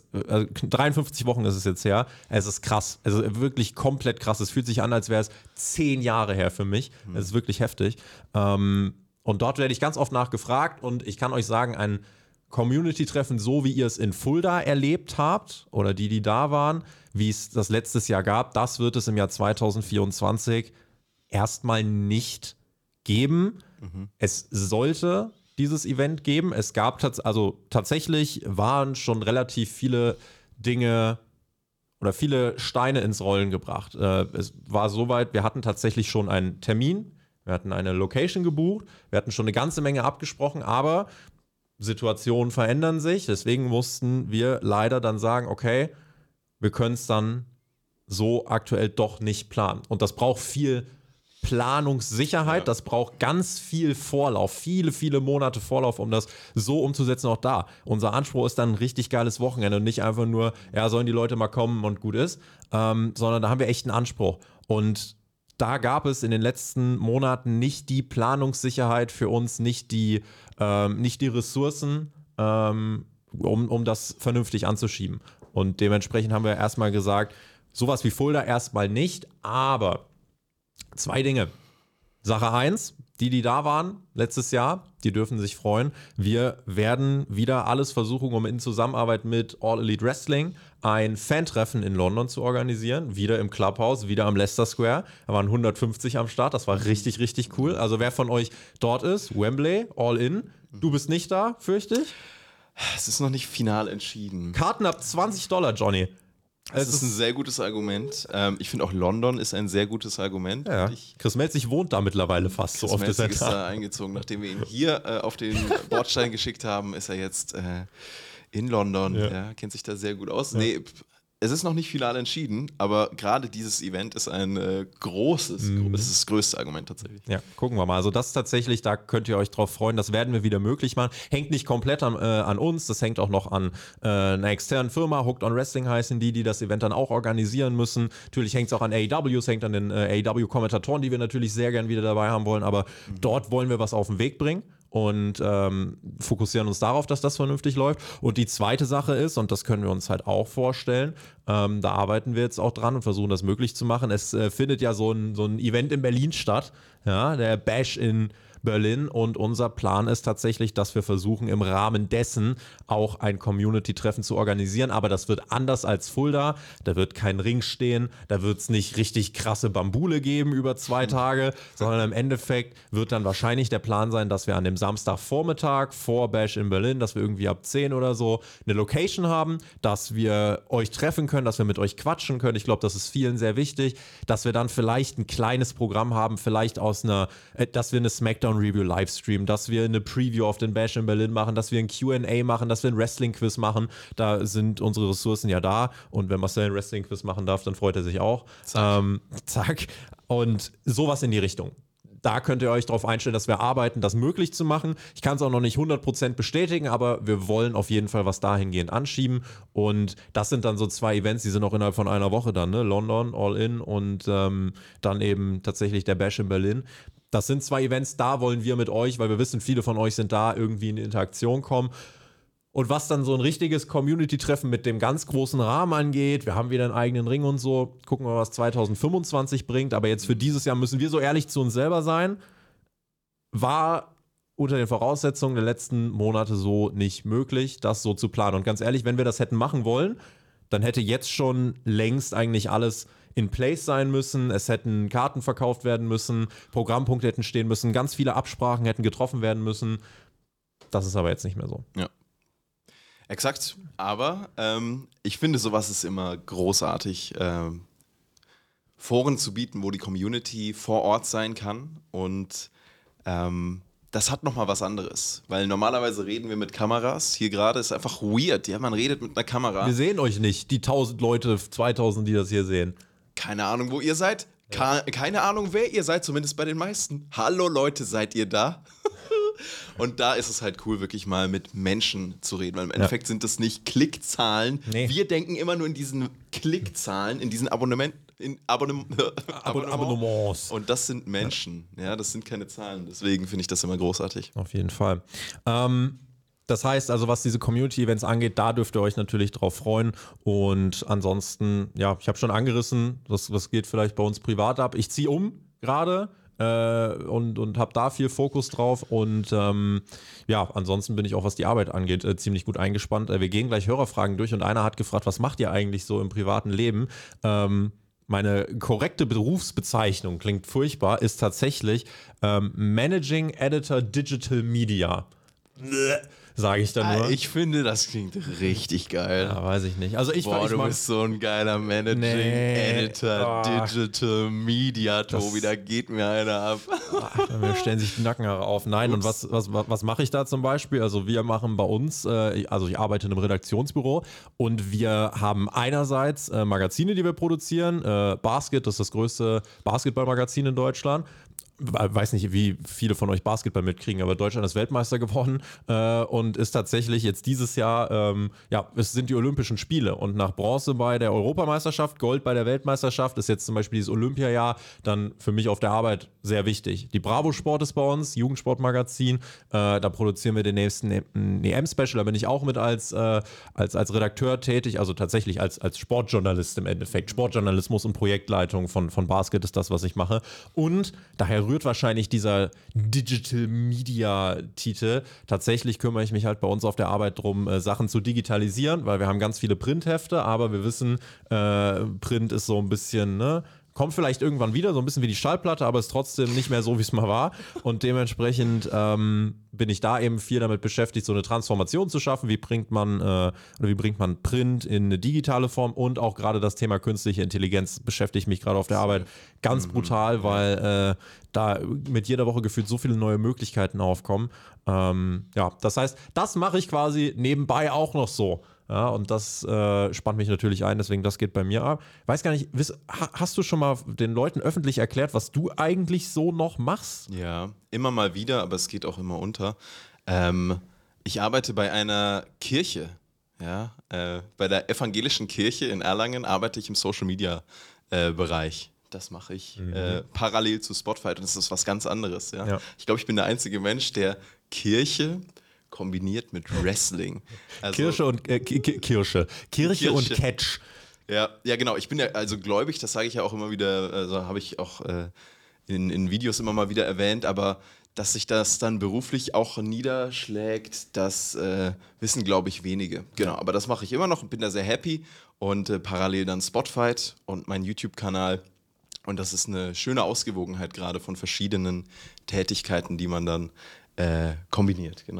53 Wochen ist es jetzt her. Es ist krass. Also wirklich komplett krass. Es fühlt sich an, als wäre es 10 Jahre her für mich. Es ist wirklich heftig. Und dort werde ich ganz oft nachgefragt und ich kann euch sagen, ein Community-Treffen, so wie ihr es in Fulda erlebt habt oder die da waren, wie es das letztes Jahr gab, das wird es im Jahr 2024 erstmal nicht geben. Es sollte dieses Event geben. Es gab tatsächlich waren schon relativ viele Dinge oder viele Steine ins Rollen gebracht. Es war soweit, wir hatten tatsächlich schon einen Termin, wir hatten eine Location gebucht, wir hatten schon eine ganze Menge abgesprochen, aber Situationen verändern sich, deswegen mussten wir leider dann sagen, okay, wir können es dann so aktuell doch nicht planen. Und das braucht viel Planungssicherheit, das braucht ganz viel Vorlauf, viele Monate Vorlauf, um das so umzusetzen, auch da. Unser Anspruch ist dann ein richtig geiles Wochenende und nicht einfach nur, ja, sollen die Leute mal kommen und gut ist, sondern da haben wir echt einen Anspruch. Und da gab es in den letzten Monaten nicht die Planungssicherheit für uns, nicht die Ressourcen, um das vernünftig anzuschieben. Und dementsprechend haben wir erstmal gesagt, sowas wie Fulda erstmal nicht, aber 2 Dinge. Sache 1, die da waren letztes Jahr, die dürfen sich freuen. Wir werden wieder alles versuchen, um in Zusammenarbeit mit All Elite Wrestling ein Fan-Treffen in London zu organisieren. Wieder im Clubhouse, wieder am Leicester Square. Da waren 150 am Start, das war richtig, richtig cool. Also wer von euch dort ist, Wembley, All In. Du bist nicht da, fürchte ich? Es ist noch nicht final entschieden. Karten ab $20, Johnny. Es ist ein sehr gutes Argument. Ich finde auch London ist ein sehr gutes Argument. Ja. Chris Melzig wohnt da mittlerweile fast. Chris Melzig ist da eingezogen. Nachdem wir ihn hier auf den Bordstein geschickt haben, ist er jetzt in London. Ja, kennt sich da sehr gut aus. Ja. Nee, es ist noch nicht final entschieden, aber gerade dieses Event ist ein großes, das ist das größte Argument tatsächlich. Ja, gucken wir mal. Also das tatsächlich, da könnt ihr euch drauf freuen, das werden wir wieder möglich machen. Hängt nicht komplett an uns, das hängt auch noch an einer externen Firma, Hooked on Wrestling heißen die das Event dann auch organisieren müssen. Natürlich hängt es auch an AEW, es hängt an den AEW-Kommentatoren, die wir natürlich sehr gern wieder dabei haben wollen, aber dort wollen wir was auf den Weg bringen. Und fokussieren uns darauf, dass das vernünftig läuft. Und die zweite Sache ist, und das können wir uns halt auch vorstellen, da arbeiten wir jetzt auch dran und versuchen das möglich zu machen. Es findet ja so ein Event in Berlin statt, ja, der Bash in Berlin, und unser Plan ist tatsächlich, dass wir versuchen, im Rahmen dessen auch ein Community-Treffen zu organisieren, aber das wird anders als Fulda, da wird kein Ring stehen, da wird es nicht richtig krasse Bambule geben über 2 Tage, sondern im Endeffekt wird dann wahrscheinlich der Plan sein, dass wir an dem Samstagvormittag vor Bash in Berlin, dass wir irgendwie ab 10 oder so eine Location haben, dass wir euch treffen können, dass wir mit euch quatschen können. Ich glaube, das ist vielen sehr wichtig, dass wir dann vielleicht ein kleines Programm haben, vielleicht dass wir eine Smackdown Review Livestream, dass wir eine Preview auf den Bash in Berlin machen, dass wir ein Q&A machen, dass wir ein Wrestling-Quiz machen. Da sind unsere Ressourcen ja da. Und wenn Marcel ein Wrestling-Quiz machen darf, dann freut er sich auch. Zack. Und sowas in die Richtung. Da könnt ihr euch darauf einstellen, dass wir arbeiten, das möglich zu machen. Ich kann es auch noch nicht 100% bestätigen, aber wir wollen auf jeden Fall was dahingehend anschieben. Und das sind dann so 2 Events, die sind auch innerhalb von einer Woche dann, ne? London, All-In und dann eben tatsächlich der Bash in Berlin. Das sind 2 Events, da wollen wir mit euch, weil wir wissen, viele von euch sind da, irgendwie in Interaktion kommen. Und was dann so ein richtiges Community-Treffen mit dem ganz großen Rahmen angeht, wir haben wieder einen eigenen Ring und so, gucken wir mal, was 2025 bringt. Aber jetzt für dieses Jahr müssen wir so ehrlich zu uns selber sein. War unter den Voraussetzungen der letzten Monate so nicht möglich, das so zu planen. Und ganz ehrlich, wenn wir das hätten machen wollen, dann hätte jetzt schon längst eigentlich alles in place sein müssen. Es hätten Karten verkauft werden müssen, Programmpunkte hätten stehen müssen, ganz viele Absprachen hätten getroffen werden müssen. Das ist aber jetzt nicht mehr so. Ja. Exakt, aber ich finde, sowas ist immer großartig, Foren zu bieten, wo die Community vor Ort sein kann und das hat nochmal was anderes, weil normalerweise reden wir mit Kameras, hier gerade ist einfach weird, ja, man redet mit einer Kamera. Wir sehen euch nicht, die 1000 Leute, 2000, die das hier sehen. Keine Ahnung, wo ihr seid, keine Ahnung, wer ihr seid, zumindest bei den meisten. Hallo Leute, seid ihr da? Und da ist es halt cool, wirklich mal mit Menschen zu reden, weil im Endeffekt sind das nicht Klickzahlen. Nee. Wir denken immer nur in diesen Klickzahlen, in diesen Abonnements. Und das sind Menschen, ja, das sind keine Zahlen. Deswegen finde ich das immer großartig. Auf jeden Fall. Das heißt also, was diese Community-Events angeht, da dürft ihr euch natürlich drauf freuen. Und ansonsten, ja, ich habe schon angerissen, das geht vielleicht bei uns privat ab. Ich ziehe um gerade. Und habe da viel Fokus drauf und ja, ansonsten bin ich auch, was die Arbeit angeht, ziemlich gut eingespannt. Wir gehen gleich Hörerfragen durch und einer hat gefragt, was macht ihr eigentlich so im privaten Leben? Meine korrekte Berufsbezeichnung, klingt furchtbar, ist tatsächlich Managing Editor Digital Media. Sage ich dann nur. Ich finde, das klingt richtig geil. Ja, weiß ich nicht. Also du bist so ein geiler Managing Editor Digital Media, Tobi, da geht mir einer ab. Mir stellen sich die Nackenhaare auf. Nein, Ups. Und was mache ich da zum Beispiel? Also wir machen bei uns, also ich arbeite in einem Redaktionsbüro und wir haben einerseits Magazine, die wir produzieren. Basket, das ist das größte Basketballmagazin in Deutschland. Weiß nicht, wie viele von euch Basketball mitkriegen, aber Deutschland ist Weltmeister geworden und ist tatsächlich jetzt dieses Jahr, es sind die Olympischen Spiele und nach Bronze bei der Europameisterschaft, Gold bei der Weltmeisterschaft ist jetzt zum Beispiel dieses Olympiajahr dann für mich auf der Arbeit sehr wichtig. Die Bravo Sport ist bei uns, Jugendsportmagazin, da produzieren wir den nächsten EM-Special, da bin ich auch mit als Redakteur tätig, also tatsächlich als Sportjournalist im Endeffekt. Sportjournalismus und Projektleitung von Basket ist das, was ich mache und daher rührt wahrscheinlich dieser Digital Media Titel. Tatsächlich kümmere ich mich halt bei uns auf der Arbeit darum, Sachen zu digitalisieren, weil wir haben ganz viele Printhefte, aber wir wissen, Print ist so ein bisschen, ne? Kommt vielleicht irgendwann wieder, so ein bisschen wie die Schallplatte, aber ist trotzdem nicht mehr so, wie es mal war. Und dementsprechend bin ich da eben viel damit beschäftigt, so eine Transformation zu schaffen. Wie bringt man Print in eine digitale Form? Und auch gerade das Thema künstliche Intelligenz beschäftigt mich gerade auf der Arbeit ganz brutal, weil da mit jeder Woche gefühlt so viele neue Möglichkeiten aufkommen. Das heißt, das mache ich quasi nebenbei auch noch so. Ja, und das spannt mich natürlich ein, deswegen das geht bei mir ab. Weiß gar nicht, hast du schon mal den Leuten öffentlich erklärt, was du eigentlich so noch machst? Ja, immer mal wieder, aber es geht auch immer unter. Ich arbeite bei einer Kirche, ja, bei der evangelischen Kirche in Erlangen arbeite ich im Social Media Bereich. Das mache ich parallel zu Spotfight und das ist was ganz anderes. Ja? Ich glaube, ich bin der einzige Mensch, der Kirche kombiniert mit Wrestling. Also, Kirche und Catch. Ja, genau. Ich bin ja also gläubig, das sage ich ja auch immer wieder, also habe ich auch in Videos immer mal wieder erwähnt, aber dass sich das dann beruflich auch niederschlägt, das wissen, glaube ich, wenige. Genau, aber das mache ich immer noch und bin da sehr happy und parallel dann Spotfight und mein YouTube-Kanal. Und das ist eine schöne Ausgewogenheit gerade von verschiedenen Tätigkeiten, die man dann kombiniert, genau.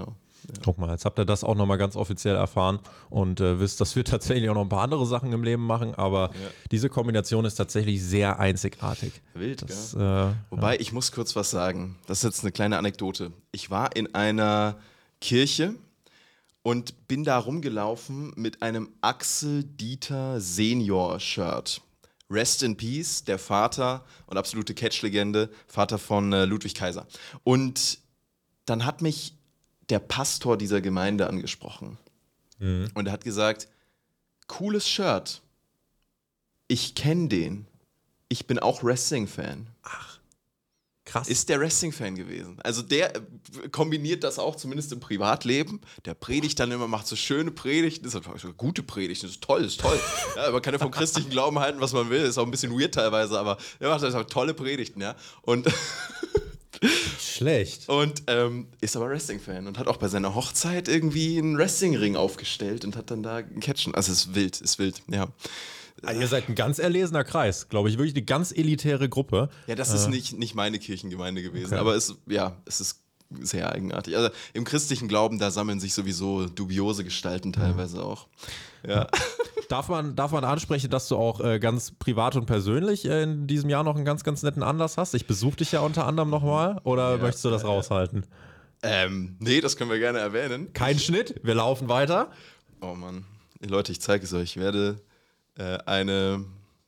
Guck mal, jetzt habt ihr das auch nochmal ganz offiziell erfahren und wisst, dass wir tatsächlich auch noch ein paar andere Sachen im Leben machen, aber diese Kombination ist tatsächlich sehr einzigartig. Wild, Wobei, ich muss kurz was sagen. Das ist jetzt eine kleine Anekdote. Ich war in einer Kirche und bin da rumgelaufen mit einem Axel Dieter Senior-Shirt. Rest in Peace, der Vater und absolute Catch-Legende, Vater von Ludwig Kaiser. Und dann hat mich der Pastor dieser Gemeinde angesprochen. Und er hat gesagt, cooles Shirt. Ich kenne den. Ich bin auch Wrestling-Fan. Ach, krass. Ist der Wrestling-Fan gewesen. Also der kombiniert das auch, zumindest im Privatleben. Der predigt dann immer, macht so schöne Predigten. Das ist eine gute Predigt, das ist toll, das ist toll. Ja, man kann ja vom christlichen Glauben halten, was man will. Ist auch ein bisschen weird teilweise, aber er macht einfach tolle Predigten, ja. Und schlecht. Und ist aber Wrestling-Fan und hat auch bei seiner Hochzeit irgendwie einen Wrestling-Ring aufgestellt und hat dann da gecatchen. Also es ist wild, ja. Also ihr seid ein ganz erlesener Kreis, glaube ich, wirklich eine ganz elitäre Gruppe. Ja, das ist nicht meine Kirchengemeinde gewesen, aber es ist sehr eigenartig. Also im christlichen Glauben, da sammeln sich sowieso dubiose Gestalten teilweise auch. Ja. Darf man ansprechen, dass du auch ganz privat und persönlich in diesem Jahr noch einen ganz, ganz netten Anlass hast? Ich besuche dich ja unter anderem nochmal, oder möchtest du das raushalten? Nee, das können wir gerne erwähnen. Kein Schnitt, wir laufen weiter. Oh Mann, Leute, ich zeige es euch. Ich werde meine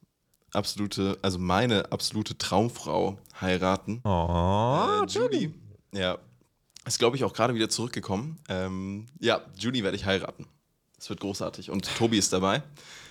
absolute Traumfrau heiraten. Oh, Judy. Ja, ist, glaube ich, auch gerade wieder zurückgekommen. Judy werde ich heiraten. Das wird großartig. Und Tobi ist dabei.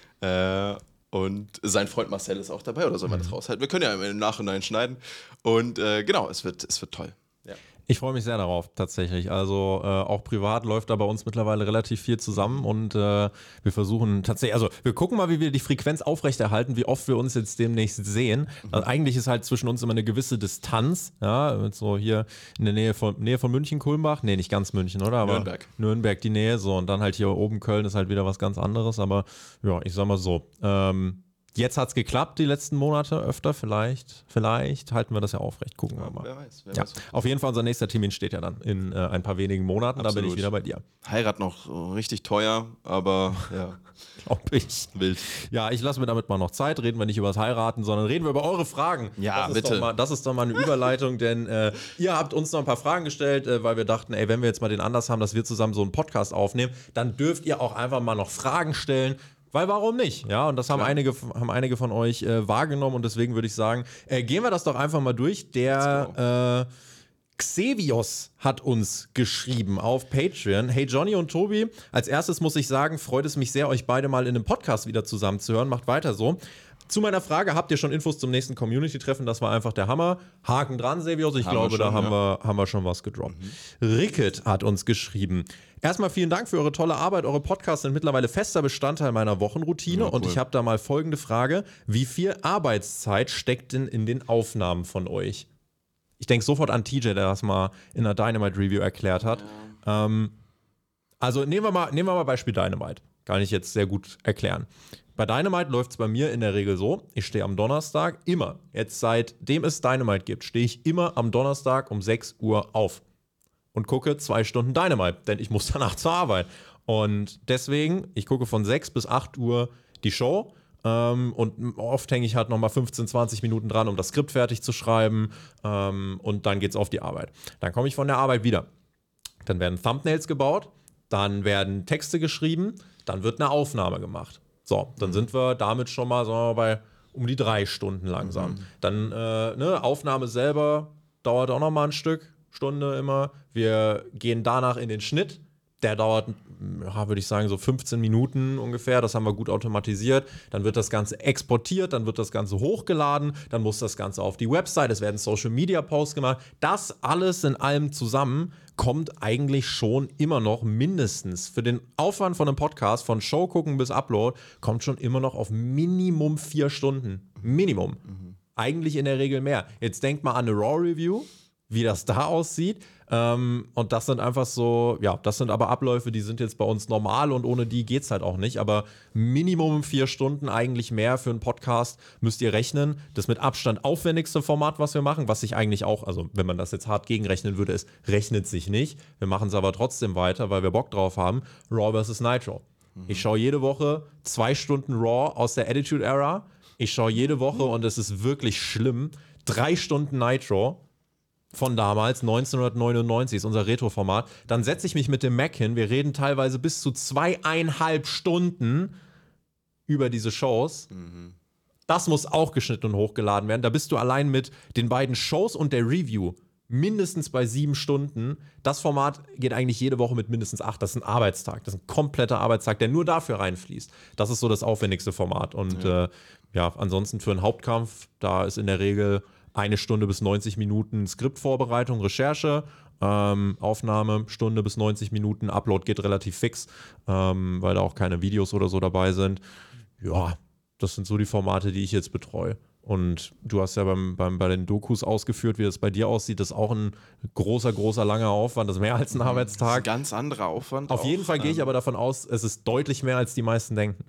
Und sein Freund Marcel ist auch dabei. Oder soll man das raushalten? Wir können ja im Nachhinein schneiden. Und genau, es wird toll. Ja. Ich freue mich sehr darauf, tatsächlich. Also auch privat läuft da bei uns mittlerweile relativ viel zusammen und wir versuchen tatsächlich, also wir gucken mal, wie wir die Frequenz aufrechterhalten, wie oft wir uns jetzt demnächst sehen. Also eigentlich ist halt zwischen uns immer eine gewisse Distanz, ja, so hier in der Nähe von München, Kulmbach, nee, nicht ganz München, oder? Aber Nürnberg die Nähe, so, und dann halt hier oben Köln ist halt wieder was ganz anderes, aber ja, ich sag mal so, jetzt hat es geklappt, die letzten Monate öfter, vielleicht halten wir das ja aufrecht, gucken wir mal. Wer weiß. Auf jeden Fall, unser nächster Termin steht ja dann in ein paar wenigen Monaten, Absolut. Da bin ich wieder bei dir. Heirat noch richtig teuer, aber ja. Glaub ich. Wild. Ja, ich lasse mir damit mal noch Zeit, reden wir nicht über das Heiraten, sondern reden wir über eure Fragen. Ja, bitte. Das ist doch mal eine Überleitung, denn ihr habt uns noch ein paar Fragen gestellt, weil wir dachten, wenn wir jetzt mal den Anlass haben, dass wir zusammen so einen Podcast aufnehmen, dann dürft ihr auch einfach mal noch Fragen stellen. Weil warum nicht? Ja, und das haben einige von euch wahrgenommen und deswegen würde ich sagen, gehen wir das doch einfach mal durch. Der Xevios hat uns geschrieben auf Patreon. Hey Johnny und Tobi, als erstes muss ich sagen, freut es mich sehr, euch beide mal in einem Podcast wieder zusammen zu hören. Macht weiter so. Zu meiner Frage, habt ihr schon Infos zum nächsten Community-Treffen? Das war einfach der Hammer. Haken dran, Xevios. Ich glaube, da haben wir schon was gedroppt. Ricket hat uns geschrieben. Erstmal vielen Dank für eure tolle Arbeit. Eure Podcasts sind mittlerweile fester Bestandteil meiner Wochenroutine. Ja, cool. Und ich habe da mal folgende Frage. Wie viel Arbeitszeit steckt denn in den Aufnahmen von euch? Ich denke sofort an TJ, der das mal in einer Dynamite-Review erklärt hat. Ja. Also nehmen wir mal Beispiel Dynamite. Kann ich jetzt sehr gut erklären. Bei Dynamite läuft es bei mir in der Regel so, ich stehe am Donnerstag immer, jetzt seitdem es Dynamite gibt, stehe ich immer am Donnerstag um 6 Uhr auf und gucke 2 Stunden Dynamite, denn ich muss danach zur Arbeit. Und deswegen, ich gucke von 6 bis 8 Uhr die Show und oft hänge ich halt nochmal 15, 20 Minuten dran, um das Skript fertig zu schreiben und dann geht's auf die Arbeit. Dann komme ich von der Arbeit wieder. Dann werden Thumbnails gebaut, dann werden Texte geschrieben, dann wird eine Aufnahme gemacht. So, dann sind wir damit schon mal, sagen wir mal, bei um die 3 Stunden langsam. Dann Aufnahme selber dauert auch noch mal ein Stück, Stunde immer. Wir gehen danach in den Schnitt. Der dauert, würde ich sagen, so 15 Minuten ungefähr. Das haben wir gut automatisiert. Dann wird das Ganze exportiert, dann wird das Ganze hochgeladen, dann muss das Ganze auf die Website, es werden Social-Media-Posts gemacht. Das alles in allem zusammen kommt eigentlich schon immer noch mindestens für den Aufwand von einem Podcast, von Show gucken bis Upload, kommt schon immer noch auf Minimum 4 Stunden. Minimum. Eigentlich in der Regel mehr. Jetzt denkt mal an eine Raw-Review, wie das da aussieht. Und das sind einfach so, ja, das sind aber Abläufe, die sind jetzt bei uns normal und ohne die geht's halt auch nicht. Aber Minimum 4 Stunden, eigentlich mehr für einen Podcast, müsst ihr rechnen. Das mit Abstand aufwendigste Format, was wir machen, was sich eigentlich auch, also wenn man das jetzt hart gegenrechnen würde, es rechnet sich nicht. Wir machen es aber trotzdem weiter, weil wir Bock drauf haben. Raw vs. Nitro. Ich schaue jede Woche 2 Stunden Raw aus der Attitude Era. Ich schaue jede Woche, und es ist wirklich schlimm, 3 Stunden Nitro von damals, 1999 ist unser Retro-Format. Dann setze ich mich mit dem Mac hin. Wir reden teilweise bis zu 2,5 Stunden über diese Shows. Das muss auch geschnitten und hochgeladen werden. Da bist du allein mit den beiden Shows und der Review mindestens bei 7 Stunden. Das Format geht eigentlich jede Woche mit mindestens 8. Das ist ein Arbeitstag. Das ist ein kompletter Arbeitstag, der nur dafür reinfließt. Das ist so das aufwendigste Format. Und ansonsten für einen Hauptkampf, da ist in der Regel 1 Stunde bis 90 Minuten Skriptvorbereitung, Recherche, Aufnahme, Stunde bis 90 Minuten. Upload geht relativ fix, weil da auch keine Videos oder so dabei sind. Ja, das sind so die Formate, die ich jetzt betreue. Und du hast ja bei den Dokus ausgeführt, wie das bei dir aussieht. Das ist auch ein großer, langer Aufwand. Das ist mehr als ein Arbeitstag. Das ist ein ganz anderer Aufwand. Auf jeden Fall gehe ich aber davon aus, es ist deutlich mehr, als die meisten denken.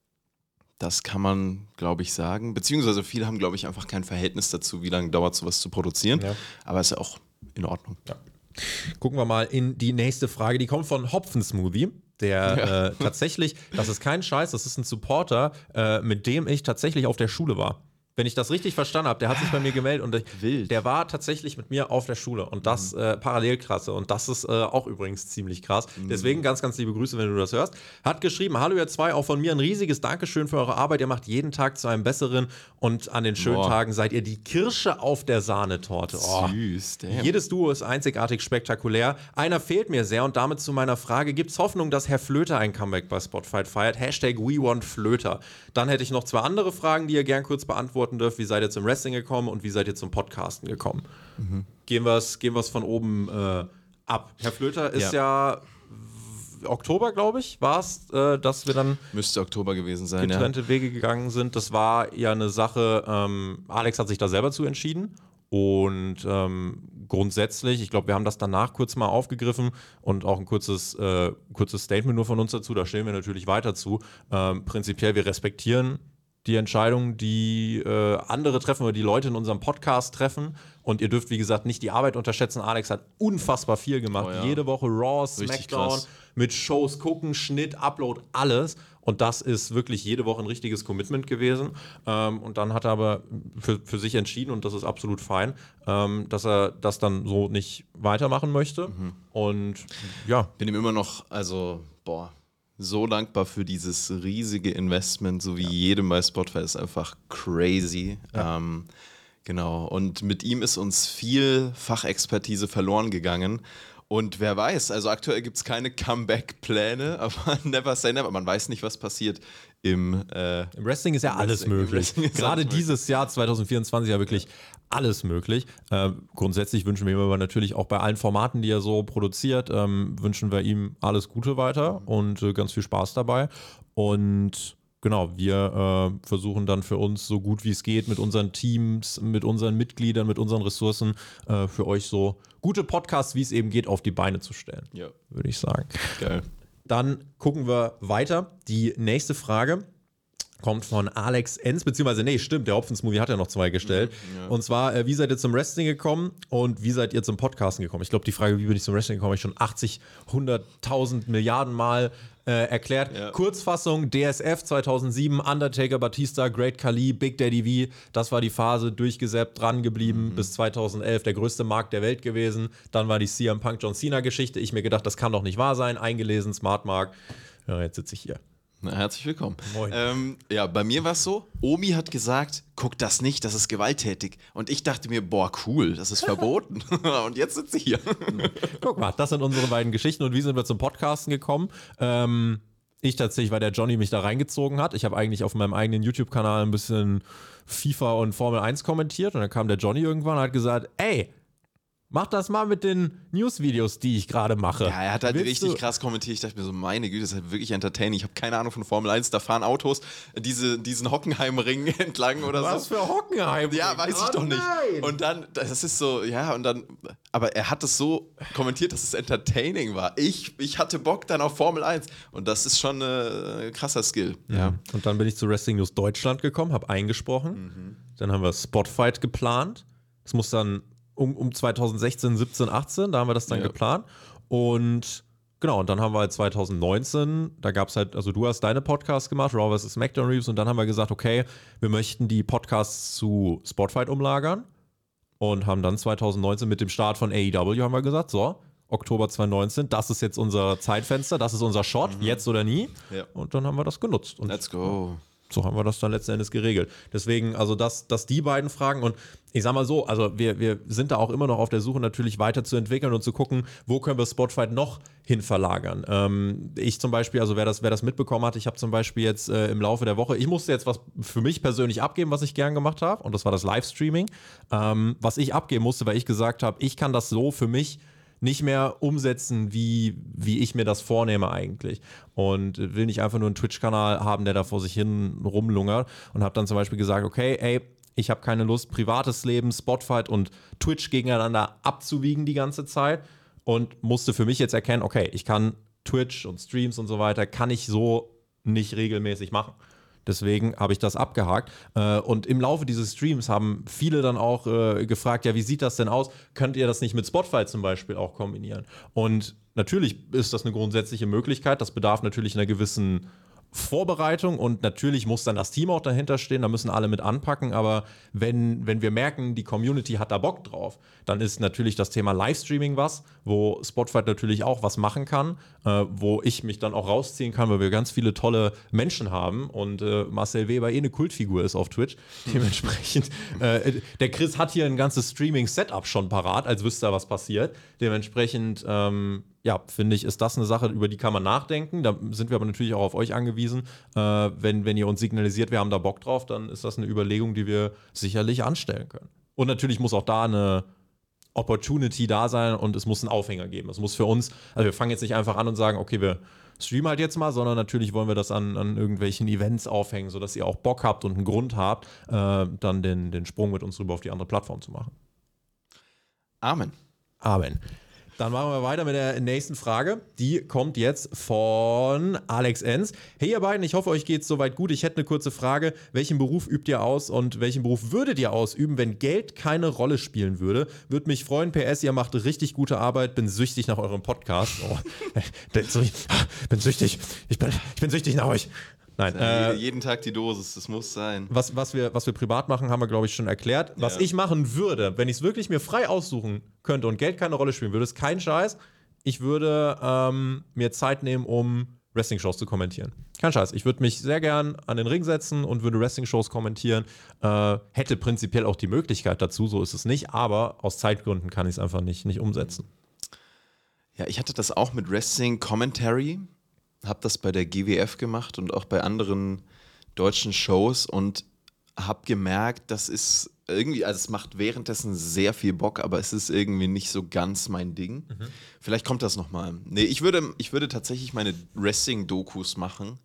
Das kann man, glaube ich, sagen. Beziehungsweise viele haben, glaube ich, einfach kein Verhältnis dazu, wie lange dauert sowas zu produzieren. Ja. Aber ist ja auch in Ordnung. Ja. Gucken wir mal in die nächste Frage. Die kommt von Hopfensmoothie. Der tatsächlich, das ist kein Scheiß, das ist ein Supporter, mit dem ich tatsächlich auf der Schule war. Wenn ich das richtig verstanden habe, der hat sich bei mir gemeldet und der war tatsächlich mit mir auf der Schule und das Parallelklasse und das ist auch übrigens ziemlich krass. Deswegen ganz liebe Grüße, wenn du das hörst. Hat geschrieben, hallo ihr zwei, auch von mir ein riesiges Dankeschön für eure Arbeit. Ihr macht jeden Tag zu einem besseren und an den schönen Tagen seid ihr die Kirsche auf der Sahnetorte. Oh. Süß, damn. Jedes Duo ist einzigartig spektakulär. Einer fehlt mir sehr und damit zu meiner Frage, gibt es Hoffnung, dass Herr Flöter ein Comeback bei Spotfight feiert? #WeWantFlöter. Dann hätte ich noch 2 andere Fragen, die ihr gern kurz beantworten dürft. Wie seid ihr zum Wrestling gekommen und wie seid ihr zum Podcasten gekommen? Gehen wir's von oben ab. Herr Flöter ist ja Oktober, glaube ich, war es, dass wir dann müsste Oktober gewesen sein, getrennte Wege gegangen sind. Das war ja eine Sache, Alex hat sich da selber zu entschieden. Und grundsätzlich, ich glaube, wir haben das danach kurz mal aufgegriffen und auch ein kurzes Statement nur von uns dazu, da stehen wir natürlich weiter zu. Prinzipiell, wir respektieren die Entscheidungen, die andere treffen oder die Leute in unserem Podcast treffen. Und ihr dürft, wie gesagt, nicht die Arbeit unterschätzen. Alex hat unfassbar viel gemacht. Jede Woche Raw, Smackdown, mit Shows gucken, Schnitt, Upload, alles. Und das ist wirklich jede Woche ein richtiges Commitment gewesen. Und dann hat er aber für sich entschieden, und das ist absolut fein, dass er das dann so nicht weitermachen möchte. Und ja. Bin ihm immer noch, so dankbar für dieses riesige Investment, so wie jedem bei Spotify, ist einfach crazy. Ja. Genau, und mit ihm ist uns viel Fachexpertise verloren gegangen. Und wer weiß, also aktuell gibt es keine Comeback-Pläne, aber never say never. Man weiß nicht, was passiert im Wrestling ist ja alles möglich. Gerade dieses Jahr 2024 ja wirklich alles möglich. Grundsätzlich wünschen wir ihm aber natürlich auch bei allen Formaten, die er so produziert, wünschen wir ihm alles Gute weiter und ganz viel Spaß dabei. Und genau, wir versuchen dann für uns so gut wie es geht mit unseren Teams, mit unseren Mitgliedern, mit unseren Ressourcen für euch so gute Podcasts, wie es eben geht, auf die Beine zu stellen, würde ich sagen. Geil. Dann gucken wir weiter. Die nächste Frage kommt von Alex Enz, beziehungsweise, der Hopfensmoothie hat ja noch 2 gestellt. Ja. Und zwar, wie seid ihr zum Wrestling gekommen und wie seid ihr zum Podcasten gekommen? Ich glaube, die Frage, wie bin ich zum Wrestling gekommen, habe ich schon 80, 100.000 Milliarden Mal erklärt. Ja. Kurzfassung, DSF 2007, Undertaker, Batista, Great Khali, Big Daddy V, das war die Phase, durchgesäppt, dran geblieben, bis 2011 der größte Markt der Welt gewesen. Dann war die CM Punk John Cena Geschichte. Ich mir gedacht, das kann doch nicht wahr sein. Eingelesen, Smart Mark. Ja, jetzt sitze ich hier. Na, herzlich willkommen. Moin. Bei mir war es so, Omi hat gesagt, guck das nicht, das ist gewalttätig. Und ich dachte mir, boah, cool, das ist verboten. Und jetzt sitze ich hier. Guck mal, das sind unsere beiden Geschichten. Und wie sind wir zum Podcasten gekommen? Ich tatsächlich, weil der Johnny mich da reingezogen hat. Ich habe eigentlich auf meinem eigenen YouTube-Kanal ein bisschen FIFA und Formel 1 kommentiert. Und dann kam der Johnny irgendwann und hat gesagt, ey, Mach das mal mit den News-Videos, die ich gerade mache. Ja, er hat halt richtig krass kommentiert. Ich dachte mir so, meine Güte, das ist halt wirklich entertaining. Ich habe keine Ahnung von Formel 1. Da fahren Autos diesen Hockenheimring entlang oder so. Was für Hockenheim? Ja, weiß ich doch nicht. Nein. Und dann, das ist so, ja, und dann, aber er hat es so kommentiert, dass es entertaining war. Ich hatte Bock dann auf Formel 1. Und das ist schon ein krasser Skill. Ja. Und dann bin ich zu Wrestling News Deutschland gekommen, habe eingesprochen. Dann haben wir Spotfight geplant. Das muss dann um 2016, 17, 18, da haben wir das dann geplant. Und genau, und dann haben wir halt 2019, da gab es halt, also du hast deine Podcasts gemacht, Raw vs. SmackDown Reviews, und dann haben wir gesagt, okay, wir möchten die Podcasts zu Spotfight umlagern und haben dann 2019 mit dem Start von AEW haben wir gesagt, so, Oktober 2019, das ist jetzt unser Zeitfenster, das ist unser Shot, jetzt oder nie. Ja. Und dann haben wir das genutzt. Und let's go. So haben wir das dann letzten Endes geregelt. Deswegen, also dass die beiden Fragen, und ich sag mal so, also wir sind da auch immer noch auf der Suche, natürlich weiterzuentwickeln und zu gucken, wo können wir Spotfight noch hin verlagern. Ich zum Beispiel, also wer das mitbekommen hat, ich habe zum Beispiel jetzt im Laufe der Woche, ich musste jetzt was für mich persönlich abgeben, was ich gern gemacht habe, und das war das Livestreaming, was ich abgeben musste, weil ich gesagt habe, ich kann das so für mich nicht mehr umsetzen, wie ich mir das vornehme eigentlich. Und will nicht einfach nur einen Twitch-Kanal haben, der da vor sich hin rumlungert, und habe dann zum Beispiel gesagt, okay, ey, ich habe keine Lust, privates Leben, Spotfight und Twitch gegeneinander abzuwiegen die ganze Zeit, und musste für mich jetzt erkennen, okay, ich kann Twitch und Streams und so weiter, kann ich so nicht regelmäßig machen. Deswegen habe ich das abgehakt. Und im Laufe dieses Streams haben viele dann auch gefragt, ja, wie sieht das denn aus? Könnt ihr das nicht mit Spotfight zum Beispiel auch kombinieren? Und natürlich ist das eine grundsätzliche Möglichkeit. Das bedarf natürlich einer gewissen Vorbereitung, und natürlich muss dann das Team auch dahinter stehen, da müssen alle mit anpacken, aber wenn wir merken, die Community hat da Bock drauf, dann ist natürlich das Thema Livestreaming was, wo Spotfight natürlich auch was machen kann, wo ich mich dann auch rausziehen kann, weil wir ganz viele tolle Menschen haben, und Marcel Weber eine Kultfigur ist auf Twitch, dementsprechend, der Chris hat hier ein ganzes Streaming-Setup schon parat, als wüsste er, was passiert, dementsprechend ja, finde ich, ist das eine Sache, über die kann man nachdenken. Da sind wir aber natürlich auch auf euch angewiesen. Wenn ihr uns signalisiert, wir haben da Bock drauf, dann ist das eine Überlegung, die wir sicherlich anstellen können. Und natürlich muss auch da eine Opportunity da sein, und es muss einen Aufhänger geben. Es muss für uns, also wir fangen jetzt nicht einfach an und sagen, okay, wir streamen halt jetzt mal, sondern natürlich wollen wir das an irgendwelchen Events aufhängen, sodass ihr auch Bock habt und einen Grund habt, dann den Sprung mit uns rüber auf die andere Plattform zu machen. Amen. Amen. Dann machen wir weiter mit der nächsten Frage. Die kommt jetzt von Alex Enz. Hey ihr beiden, ich hoffe, euch geht's soweit gut. Ich hätte eine kurze Frage. Welchen Beruf übt ihr aus, und welchen Beruf würdet ihr ausüben, wenn Geld keine Rolle spielen würde? Würde mich freuen. PS, ihr macht richtig gute Arbeit. Bin süchtig nach eurem Podcast. Oh, bin süchtig. Ich bin süchtig nach euch. Nein. Jeden Tag die Dosis, das muss sein. Was wir privat machen, haben wir, glaube ich, schon erklärt. Was ich machen würde, wenn ich es wirklich mir frei aussuchen könnte und Geld keine Rolle spielen würde, ist kein Scheiß. Ich würde mir Zeit nehmen, um Wrestling-Shows zu kommentieren. Kein Scheiß. Ich würde mich sehr gern an den Ring setzen und würde Wrestling-Shows kommentieren. Hätte prinzipiell auch die Möglichkeit dazu, so ist es nicht. Aber aus Zeitgründen kann ich es einfach nicht umsetzen. Ja, ich hatte das auch mit Wrestling-Commentary. Habe das bei der GWF gemacht und auch bei anderen deutschen Shows, und habe gemerkt, das ist irgendwie, also es macht währenddessen sehr viel Bock, aber es ist irgendwie nicht so ganz mein Ding. Vielleicht kommt das nochmal. Nee, ich würde tatsächlich meine Wrestling-Dokus machen,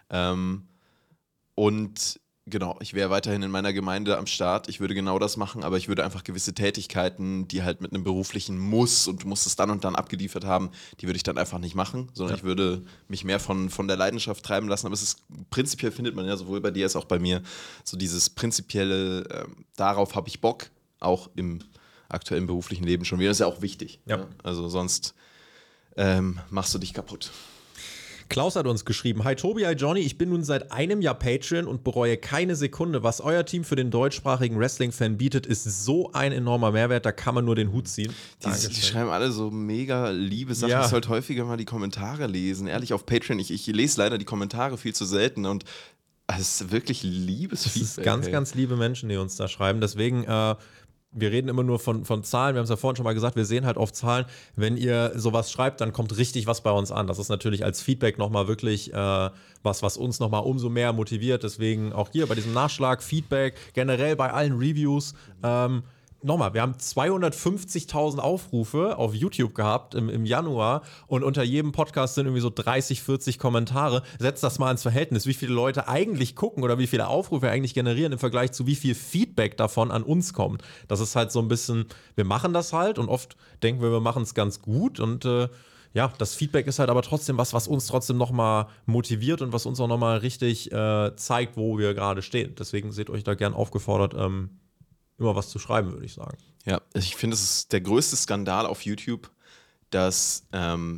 und genau, ich wäre weiterhin in meiner Gemeinde am Start. Ich würde genau das machen, aber ich würde einfach gewisse Tätigkeiten, die halt mit einem beruflichen Muss, und du musst es dann und dann abgeliefert haben, die würde ich dann einfach nicht machen, sondern ich würde mich mehr von der Leidenschaft treiben lassen. Aber es ist prinzipiell, findet man ja sowohl bei dir als auch bei mir, so dieses prinzipielle, darauf habe ich Bock, auch im aktuellen beruflichen Leben schon wieder. Das ist ja auch wichtig. Ja. Ne? Also sonst machst du dich kaputt. Klaus hat uns geschrieben: Hi Tobi, hi Johnny, ich bin nun seit einem Jahr Patreon und bereue keine Sekunde. Was euer Team für den deutschsprachigen Wrestling-Fan bietet, ist so ein enormer Mehrwert, da kann man nur den Hut ziehen. Die schreiben alle so mega liebe Sachen. Ich sollte häufiger mal die Kommentare lesen. Ehrlich, auf Patreon, ich lese leider die Kommentare viel zu selten, und es ist wirklich liebes Feedback. Es ist ganz liebe Menschen, die uns da schreiben. Deswegen, wir reden immer nur von Zahlen, wir haben es ja vorhin schon mal gesagt, wir sehen halt oft Zahlen. Wenn ihr sowas schreibt, dann kommt richtig was bei uns an. Das ist natürlich als Feedback nochmal wirklich was uns nochmal umso mehr motiviert. Deswegen auch hier bei diesem Nachschlag, Feedback, generell bei allen Reviews, nochmal, wir haben 250.000 Aufrufe auf YouTube gehabt im Januar und unter jedem Podcast sind irgendwie so 30, 40 Kommentare. Setzt das mal ins Verhältnis, wie viele Leute eigentlich gucken oder wie viele Aufrufe eigentlich generieren im Vergleich zu wie viel Feedback davon an uns kommt. Das ist halt so ein bisschen, wir machen das halt und oft denken wir machen es ganz gut und ja, das Feedback ist halt aber trotzdem was uns trotzdem nochmal motiviert und was uns auch nochmal richtig zeigt, wo wir gerade stehen. Deswegen seht euch da gern aufgefordert, immer was zu schreiben, würde ich sagen. Ja, ich finde, es ist der größte Skandal auf YouTube, dass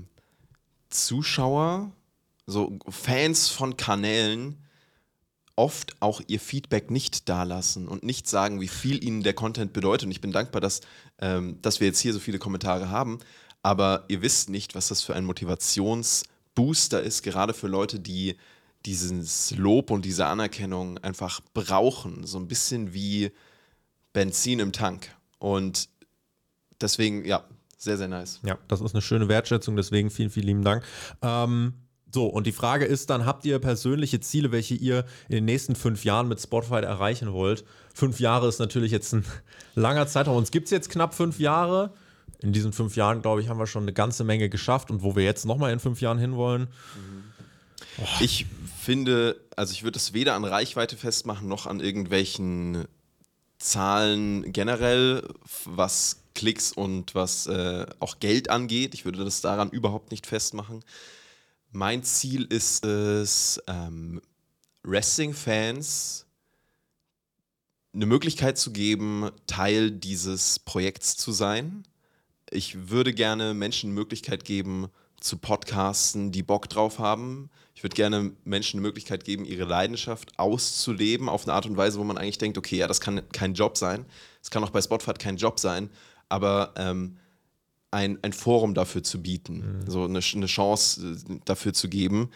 Zuschauer, so Fans von Kanälen, oft auch ihr Feedback nicht dalassen und nicht sagen, wie viel ihnen der Content bedeutet. Und ich bin dankbar, dass wir jetzt hier so viele Kommentare haben. Aber ihr wisst nicht, was das für ein Motivationsbooster ist, gerade für Leute, die dieses Lob und diese Anerkennung einfach brauchen. So ein bisschen wie Benzin im Tank. Und deswegen, ja, sehr, sehr nice. Ja, das ist eine schöne Wertschätzung, deswegen vielen, vielen lieben Dank. So, und die Frage ist dann, habt ihr persönliche Ziele, welche ihr in den nächsten 5 Jahren mit Spotify erreichen wollt? 5 Jahre ist natürlich jetzt ein langer Zeitraum. Uns gibt es jetzt knapp 5 Jahre. In diesen 5 Jahren, glaube ich, haben wir schon eine ganze Menge geschafft. Und wo wir jetzt nochmal in 5 Jahren hinwollen? Ich finde, also ich würde es weder an Reichweite festmachen, noch an irgendwelchen Zahlen generell, was Klicks und was auch Geld angeht. Ich würde das daran überhaupt nicht festmachen. Mein Ziel ist es, Wrestling-Fans eine Möglichkeit zu geben, Teil dieses Projekts zu sein. Ich würde gerne Menschen eine Möglichkeit geben, zu podcasten, die Bock drauf haben. Ich würde gerne Menschen eine Möglichkeit geben, ihre Leidenschaft auszuleben auf eine Art und Weise, wo man eigentlich denkt, okay, ja, das kann kein Job sein. Es kann auch bei Spotify kein Job sein, aber ein Forum dafür zu bieten, so eine Chance dafür zu geben.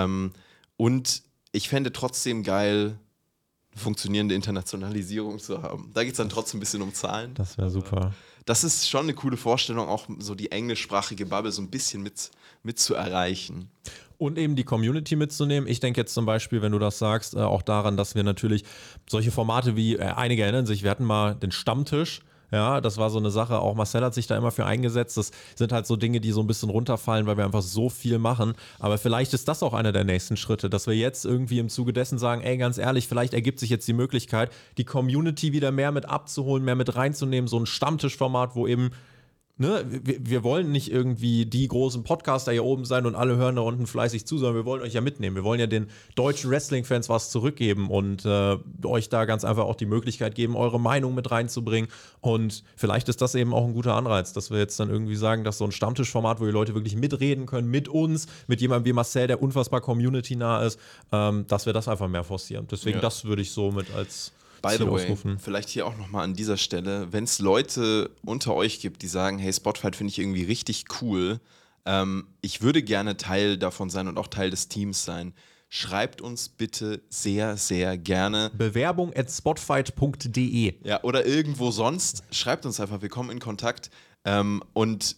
Und ich fände trotzdem geil, funktionierende Internationalisierung zu haben. Da geht es dann trotzdem ein bisschen um Zahlen. Das wäre super. Das ist schon eine coole Vorstellung, auch so die englischsprachige Bubble so ein bisschen mit zu erreichen. Und eben die Community mitzunehmen. Ich denke jetzt zum Beispiel, wenn du das sagst, auch daran, dass wir natürlich solche Formate wie, einige erinnern sich, wir hatten mal den Stammtisch. Ja, das war so eine Sache, auch Marcel hat sich da immer für eingesetzt. Das sind halt so Dinge, die so ein bisschen runterfallen, weil wir einfach so viel machen. Aber vielleicht ist das auch einer der nächsten Schritte, dass wir jetzt irgendwie im Zuge dessen sagen, ey, ganz ehrlich, vielleicht ergibt sich jetzt die Möglichkeit, die Community wieder mehr mit abzuholen, mehr mit reinzunehmen, so ein Stammtischformat, wo eben, ne, wir wollen nicht irgendwie die großen Podcaster hier oben sein und alle hören da unten fleißig zu, sondern wir wollen euch ja mitnehmen. Wir wollen ja den deutschen Wrestling-Fans was zurückgeben und euch da ganz einfach auch die Möglichkeit geben, eure Meinung mit reinzubringen. Und vielleicht ist das eben auch ein guter Anreiz, dass wir jetzt dann irgendwie sagen, dass so ein Stammtischformat, wo die Leute wirklich mitreden können mit uns, mit jemandem wie Marcel, der unfassbar community-nah ist, dass wir das einfach mehr forcieren. Deswegen, das würde ich so mit als By the way, vielleicht hier auch nochmal an dieser Stelle, wenn es Leute unter euch gibt, die sagen, hey, Spotify finde ich irgendwie richtig cool, ich würde gerne Teil davon sein und auch Teil des Teams sein. Schreibt uns bitte sehr, sehr gerne. Bewerbung@spotfight.de. Ja, oder irgendwo sonst. Schreibt uns einfach, wir kommen in Kontakt. Und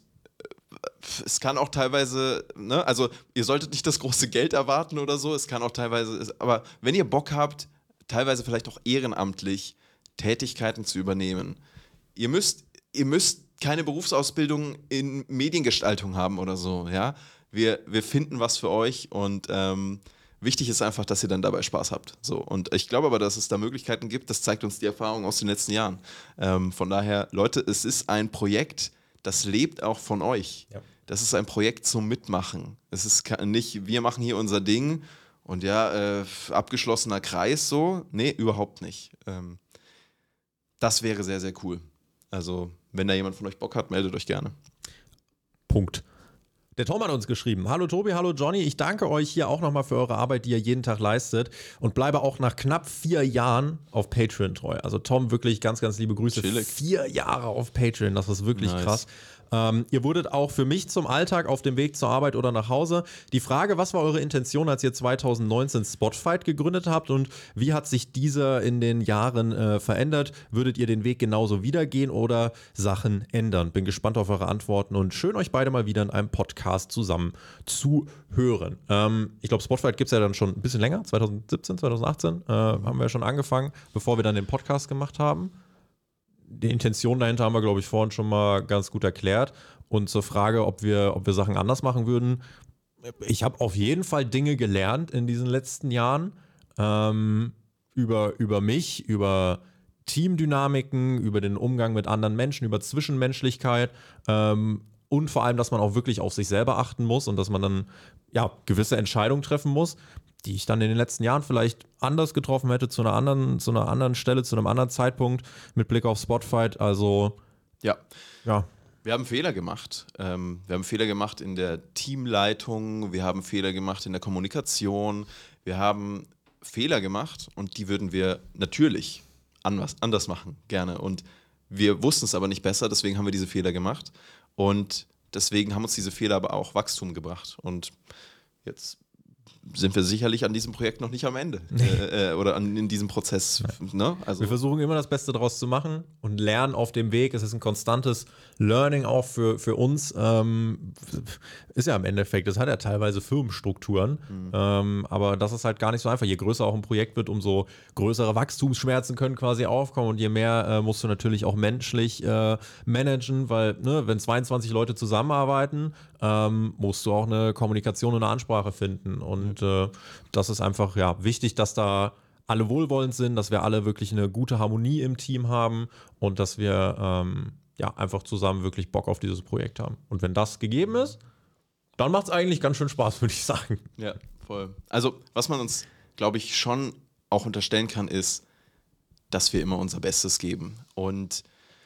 es kann auch teilweise, ne, also ihr solltet nicht das große Geld erwarten oder so, es kann auch teilweise, aber wenn ihr Bock habt, teilweise vielleicht auch ehrenamtlich Tätigkeiten zu übernehmen. Ihr müsst keine Berufsausbildung in Mediengestaltung haben oder so, ja. Wir finden was für euch und wichtig ist einfach, dass ihr dann dabei Spaß habt. So. Und ich glaube aber, dass es da Möglichkeiten gibt, das zeigt uns die Erfahrung aus den letzten Jahren. Von daher, Leute, es ist ein Projekt, das lebt auch von euch. Ja. Das ist ein Projekt zum Mitmachen. Es ist nicht, wir machen hier unser Ding und ja, abgeschlossener Kreis so. Nee, überhaupt nicht. Das wäre sehr, sehr cool. Also, wenn da jemand von euch Bock hat, meldet euch gerne. Punkt. Der Tom hat uns geschrieben: Hallo Tobi, hallo Johnny, ich danke euch hier auch nochmal für eure Arbeit, die ihr jeden Tag leistet und bleibe auch nach knapp 4 Jahren auf Patreon treu. Also Tom, wirklich ganz, ganz liebe Grüße. Chillig. 4 Jahre auf Patreon, das ist wirklich krass. Ihr wurdet auch für mich zum Alltag auf dem Weg zur Arbeit oder nach Hause. Die Frage, was war eure Intention, als ihr 2019 Spotfight gegründet habt und wie hat sich dieser in den Jahren verändert? Würdet ihr den Weg genauso wieder gehen oder Sachen ändern? Bin gespannt auf eure Antworten und schön, euch beide mal wieder in einem Podcast zusammen zu hören. Ich glaube, Spotfight gibt es ja dann schon ein bisschen länger, 2017, 2018 haben wir ja schon angefangen, bevor wir dann den Podcast gemacht haben. die Intention dahinter haben wir, glaube ich, vorhin schon mal ganz gut erklärt. Und zur Frage, ob wir Sachen anders machen würden. Ich habe auf jeden Fall Dinge gelernt in diesen letzten Jahren über mich, über Teamdynamiken, über den Umgang mit anderen Menschen, über Zwischenmenschlichkeit und vor allem, dass man auch wirklich auf sich selber achten muss und dass man dann gewisse Entscheidungen treffen muss, die ich dann in den letzten Jahren vielleicht anders getroffen hätte, zu einer anderen Stelle, zu einem anderen Zeitpunkt mit Blick auf Spotfight. Also ja. Wir haben Fehler gemacht. Wir haben Fehler gemacht in der Teamleitung, wir haben Fehler gemacht in der Kommunikation, wir haben Fehler gemacht und die würden wir natürlich anders machen, gerne. Und wir wussten es aber nicht besser, deswegen haben wir diese Fehler gemacht. Und deswegen haben uns diese Fehler aber auch Wachstum gebracht. Und jetzt sind wir sicherlich an diesem Projekt noch nicht am Ende oder in diesem Prozess. Ne? Also wir versuchen immer das Beste daraus zu machen und lernen auf dem Weg. Es ist ein konstantes Learning auch für uns. Ist ja im Endeffekt, das hat ja teilweise Firmenstrukturen, aber das ist halt gar nicht so einfach. Je größer auch ein Projekt wird, umso größere Wachstumsschmerzen können quasi aufkommen und je mehr musst du natürlich auch menschlich managen, weil wenn 22 Leute zusammenarbeiten, musst du auch eine Kommunikation und eine Ansprache finden und das ist einfach wichtig, dass da alle wohlwollend sind, dass wir alle wirklich eine gute Harmonie im Team haben und dass wir einfach zusammen wirklich Bock auf dieses Projekt haben. Und wenn das gegeben ist, dann macht es eigentlich ganz schön Spaß, würde ich sagen. Ja, voll. Also, was man uns, glaube ich, schon auch unterstellen kann, ist, dass wir immer unser Bestes geben. Und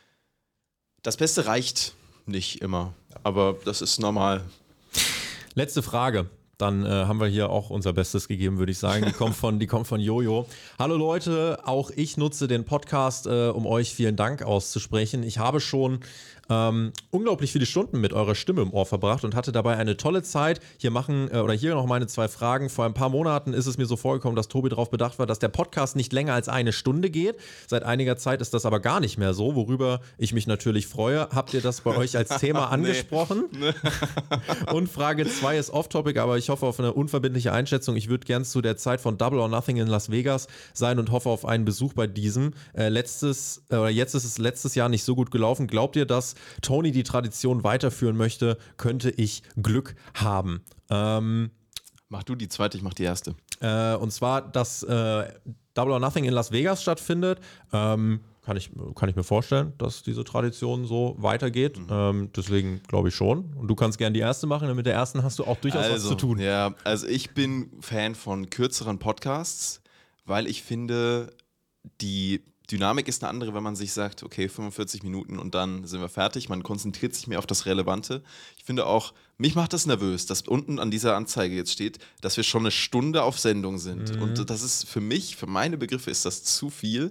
das Beste reicht nicht immer, aber das ist normal. Letzte Frage. Dann haben wir hier auch unser Bestes gegeben, würde ich sagen. Die kommt von Jojo. Hallo Leute, auch ich nutze den Podcast, um euch vielen Dank auszusprechen. Ich habe schon unglaublich viele Stunden mit eurer Stimme im Ohr verbracht und hatte dabei eine tolle Zeit. Hier noch meine 2 Fragen. Vor ein paar Monaten ist es mir so vorgekommen, dass Tobi darauf bedacht war, dass der Podcast nicht länger als 1 Stunde geht. Seit einiger Zeit ist das aber gar nicht mehr so, worüber ich mich natürlich freue. Habt ihr das bei euch als Thema angesprochen? Nee. Und Frage 2 ist off-topic, aber ich hoffe auf eine unverbindliche Einschätzung. Ich würde gern zu der Zeit von Double or Nothing in Las Vegas sein und hoffe auf einen Besuch bei diesem. Jetzt ist es letztes Jahr nicht so gut gelaufen. Glaubt ihr, dass Tony die Tradition weiterführen möchte? Könnte ich Glück haben? Mach du die zweite, ich mach die erste. Und zwar, dass Double or Nothing in Las Vegas stattfindet. Kann ich mir vorstellen, dass diese Tradition so weitergeht. Deswegen glaube ich schon. Und du kannst gerne die erste machen, denn mit der ersten hast du auch durchaus was zu tun. Ja, also ich bin Fan von kürzeren Podcasts, weil ich finde, die Dynamik ist eine andere, wenn man sich sagt, okay, 45 Minuten und dann sind wir fertig. Man konzentriert sich mehr auf das Relevante. Ich finde auch, mich macht das nervös, dass unten an dieser Anzeige jetzt steht, dass wir schon 1 Stunde auf Sendung sind. Und das ist für meine Begriffe ist das zu viel.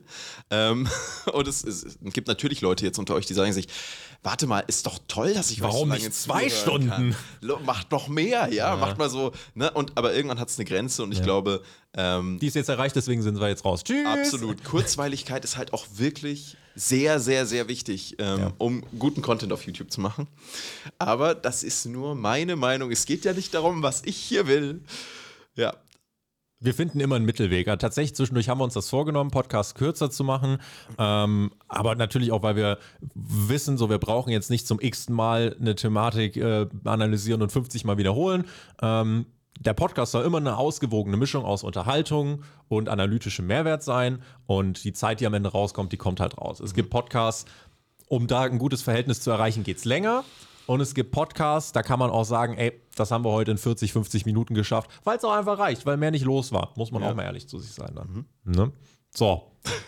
Und es gibt natürlich Leute jetzt unter euch, die sagen sich, warte mal, ist doch toll, dass ich warum so lange nicht 2 Stunden? Macht noch mehr, macht mal so. Ne? Aber irgendwann hat es eine Grenze und ich glaube, die ist jetzt erreicht, deswegen sind wir jetzt raus. Tschüss! Absolut. Kurzweiligkeit ist halt auch wirklich sehr, sehr, sehr wichtig, um guten Content auf YouTube zu machen. Aber das ist nur meine Meinung. Es geht ja nicht darum, was ich hier will. Ja. Wir finden immer einen Mittelweg. Tatsächlich zwischendurch haben wir uns das vorgenommen, Podcasts kürzer zu machen. Aber natürlich auch, weil wir wissen, wir brauchen jetzt nicht zum x-ten Mal eine Thematik analysieren und 50 Mal wiederholen. Der Podcast soll immer eine ausgewogene Mischung aus Unterhaltung und analytischem Mehrwert sein. Und die Zeit, die am Ende rauskommt, die kommt halt raus. Es gibt Podcasts, um da ein gutes Verhältnis zu erreichen, geht es länger. Und es gibt Podcasts, da kann man auch sagen, ey, das haben wir heute in 40, 50 Minuten geschafft, weil es auch einfach reicht, weil mehr nicht los war. Muss man auch mal ehrlich zu sich sein dann. Ne? So.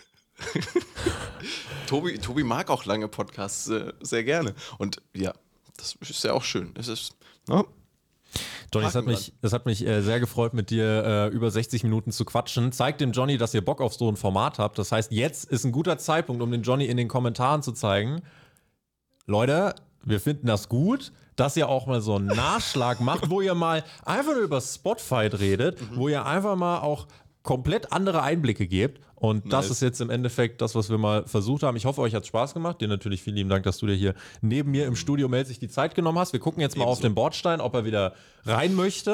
Tobi mag auch lange Podcasts sehr gerne. Und ja, das ist ja auch schön. Es ist, ne? Johnny, es hat mich sehr gefreut, mit dir über 60 Minuten zu quatschen. Zeigt dem Johnny, dass ihr Bock auf so ein Format habt. Das heißt, jetzt ist ein guter Zeitpunkt, um den Johnny in den Kommentaren zu zeigen, Leute, wir finden das gut, dass ihr auch mal so einen Nachschlag macht, wo ihr mal einfach nur über Spotfight redet, wo ihr einfach mal auch komplett andere Einblicke gebt. Und das ist jetzt im Endeffekt das, was wir mal versucht haben. Ich hoffe, euch hat es Spaß gemacht. Dir natürlich vielen lieben Dank, dass du dir hier neben mir im Studio mäßig die Zeit genommen hast. Wir gucken jetzt mal auf den Bordstein, ob er wieder rein möchte.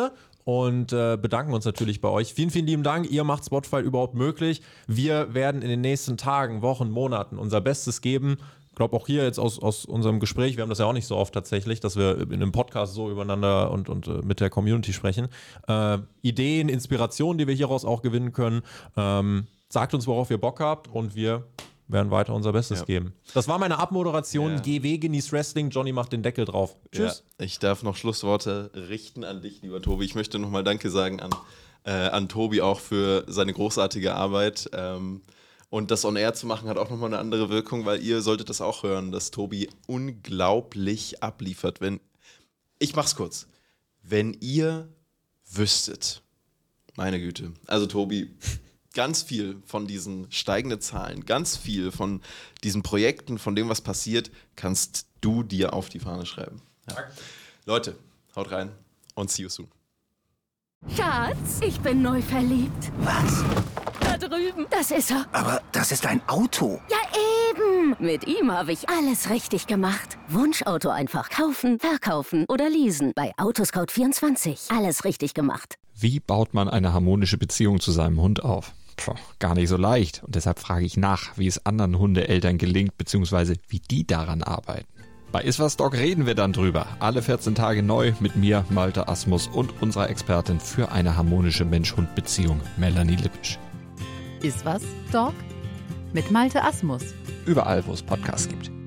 und bedanken uns natürlich bei euch. Vielen, vielen lieben Dank. Ihr macht Spotify überhaupt möglich. Wir werden in den nächsten Tagen, Wochen, Monaten unser Bestes geben. Ich glaube auch hier jetzt aus unserem Gespräch, wir haben das ja auch nicht so oft tatsächlich, dass wir in einem Podcast so übereinander und mit der Community sprechen. Ideen, Inspirationen, die wir hieraus auch gewinnen können. Sagt uns, worauf ihr Bock habt und wir werden weiter unser Bestes geben. Das war meine Abmoderation. GW genießt Wrestling. Johnny macht den Deckel drauf. Tschüss. Ja, ich darf noch Schlussworte richten an dich, lieber Tobi. Ich möchte nochmal Danke sagen an Tobi auch für seine großartige Arbeit. Und das On-Air zu machen hat auch nochmal eine andere Wirkung, weil ihr solltet das auch hören, dass Tobi unglaublich abliefert. Ich mach's kurz. Wenn ihr wüsstet, meine Güte, also Tobi, ganz viel von diesen steigenden Zahlen, ganz viel von diesen Projekten, von dem, was passiert, kannst du dir auf die Fahne schreiben. Ja. Leute, haut rein und see you soon. Schatz, ich bin neu verliebt. Was? Da drüben. Das ist er. Aber das ist ein Auto. Ja, eben. Mit ihm habe ich alles richtig gemacht. Wunschauto einfach kaufen, verkaufen oder leasen. Bei Autoscout24. Alles richtig gemacht. Wie baut man eine harmonische Beziehung zu seinem Hund auf? Gar nicht so leicht. Und deshalb frage ich nach, wie es anderen Hundeeltern gelingt, beziehungsweise wie die daran arbeiten. Bei Iswas Dog reden wir dann drüber. Alle 14 Tage neu mit mir, Malte Asmus und unserer Expertin für eine harmonische Mensch-Hund-Beziehung, Melanie Lippisch. Iswas Dog mit Malte Asmus. Überall, wo es Podcasts gibt.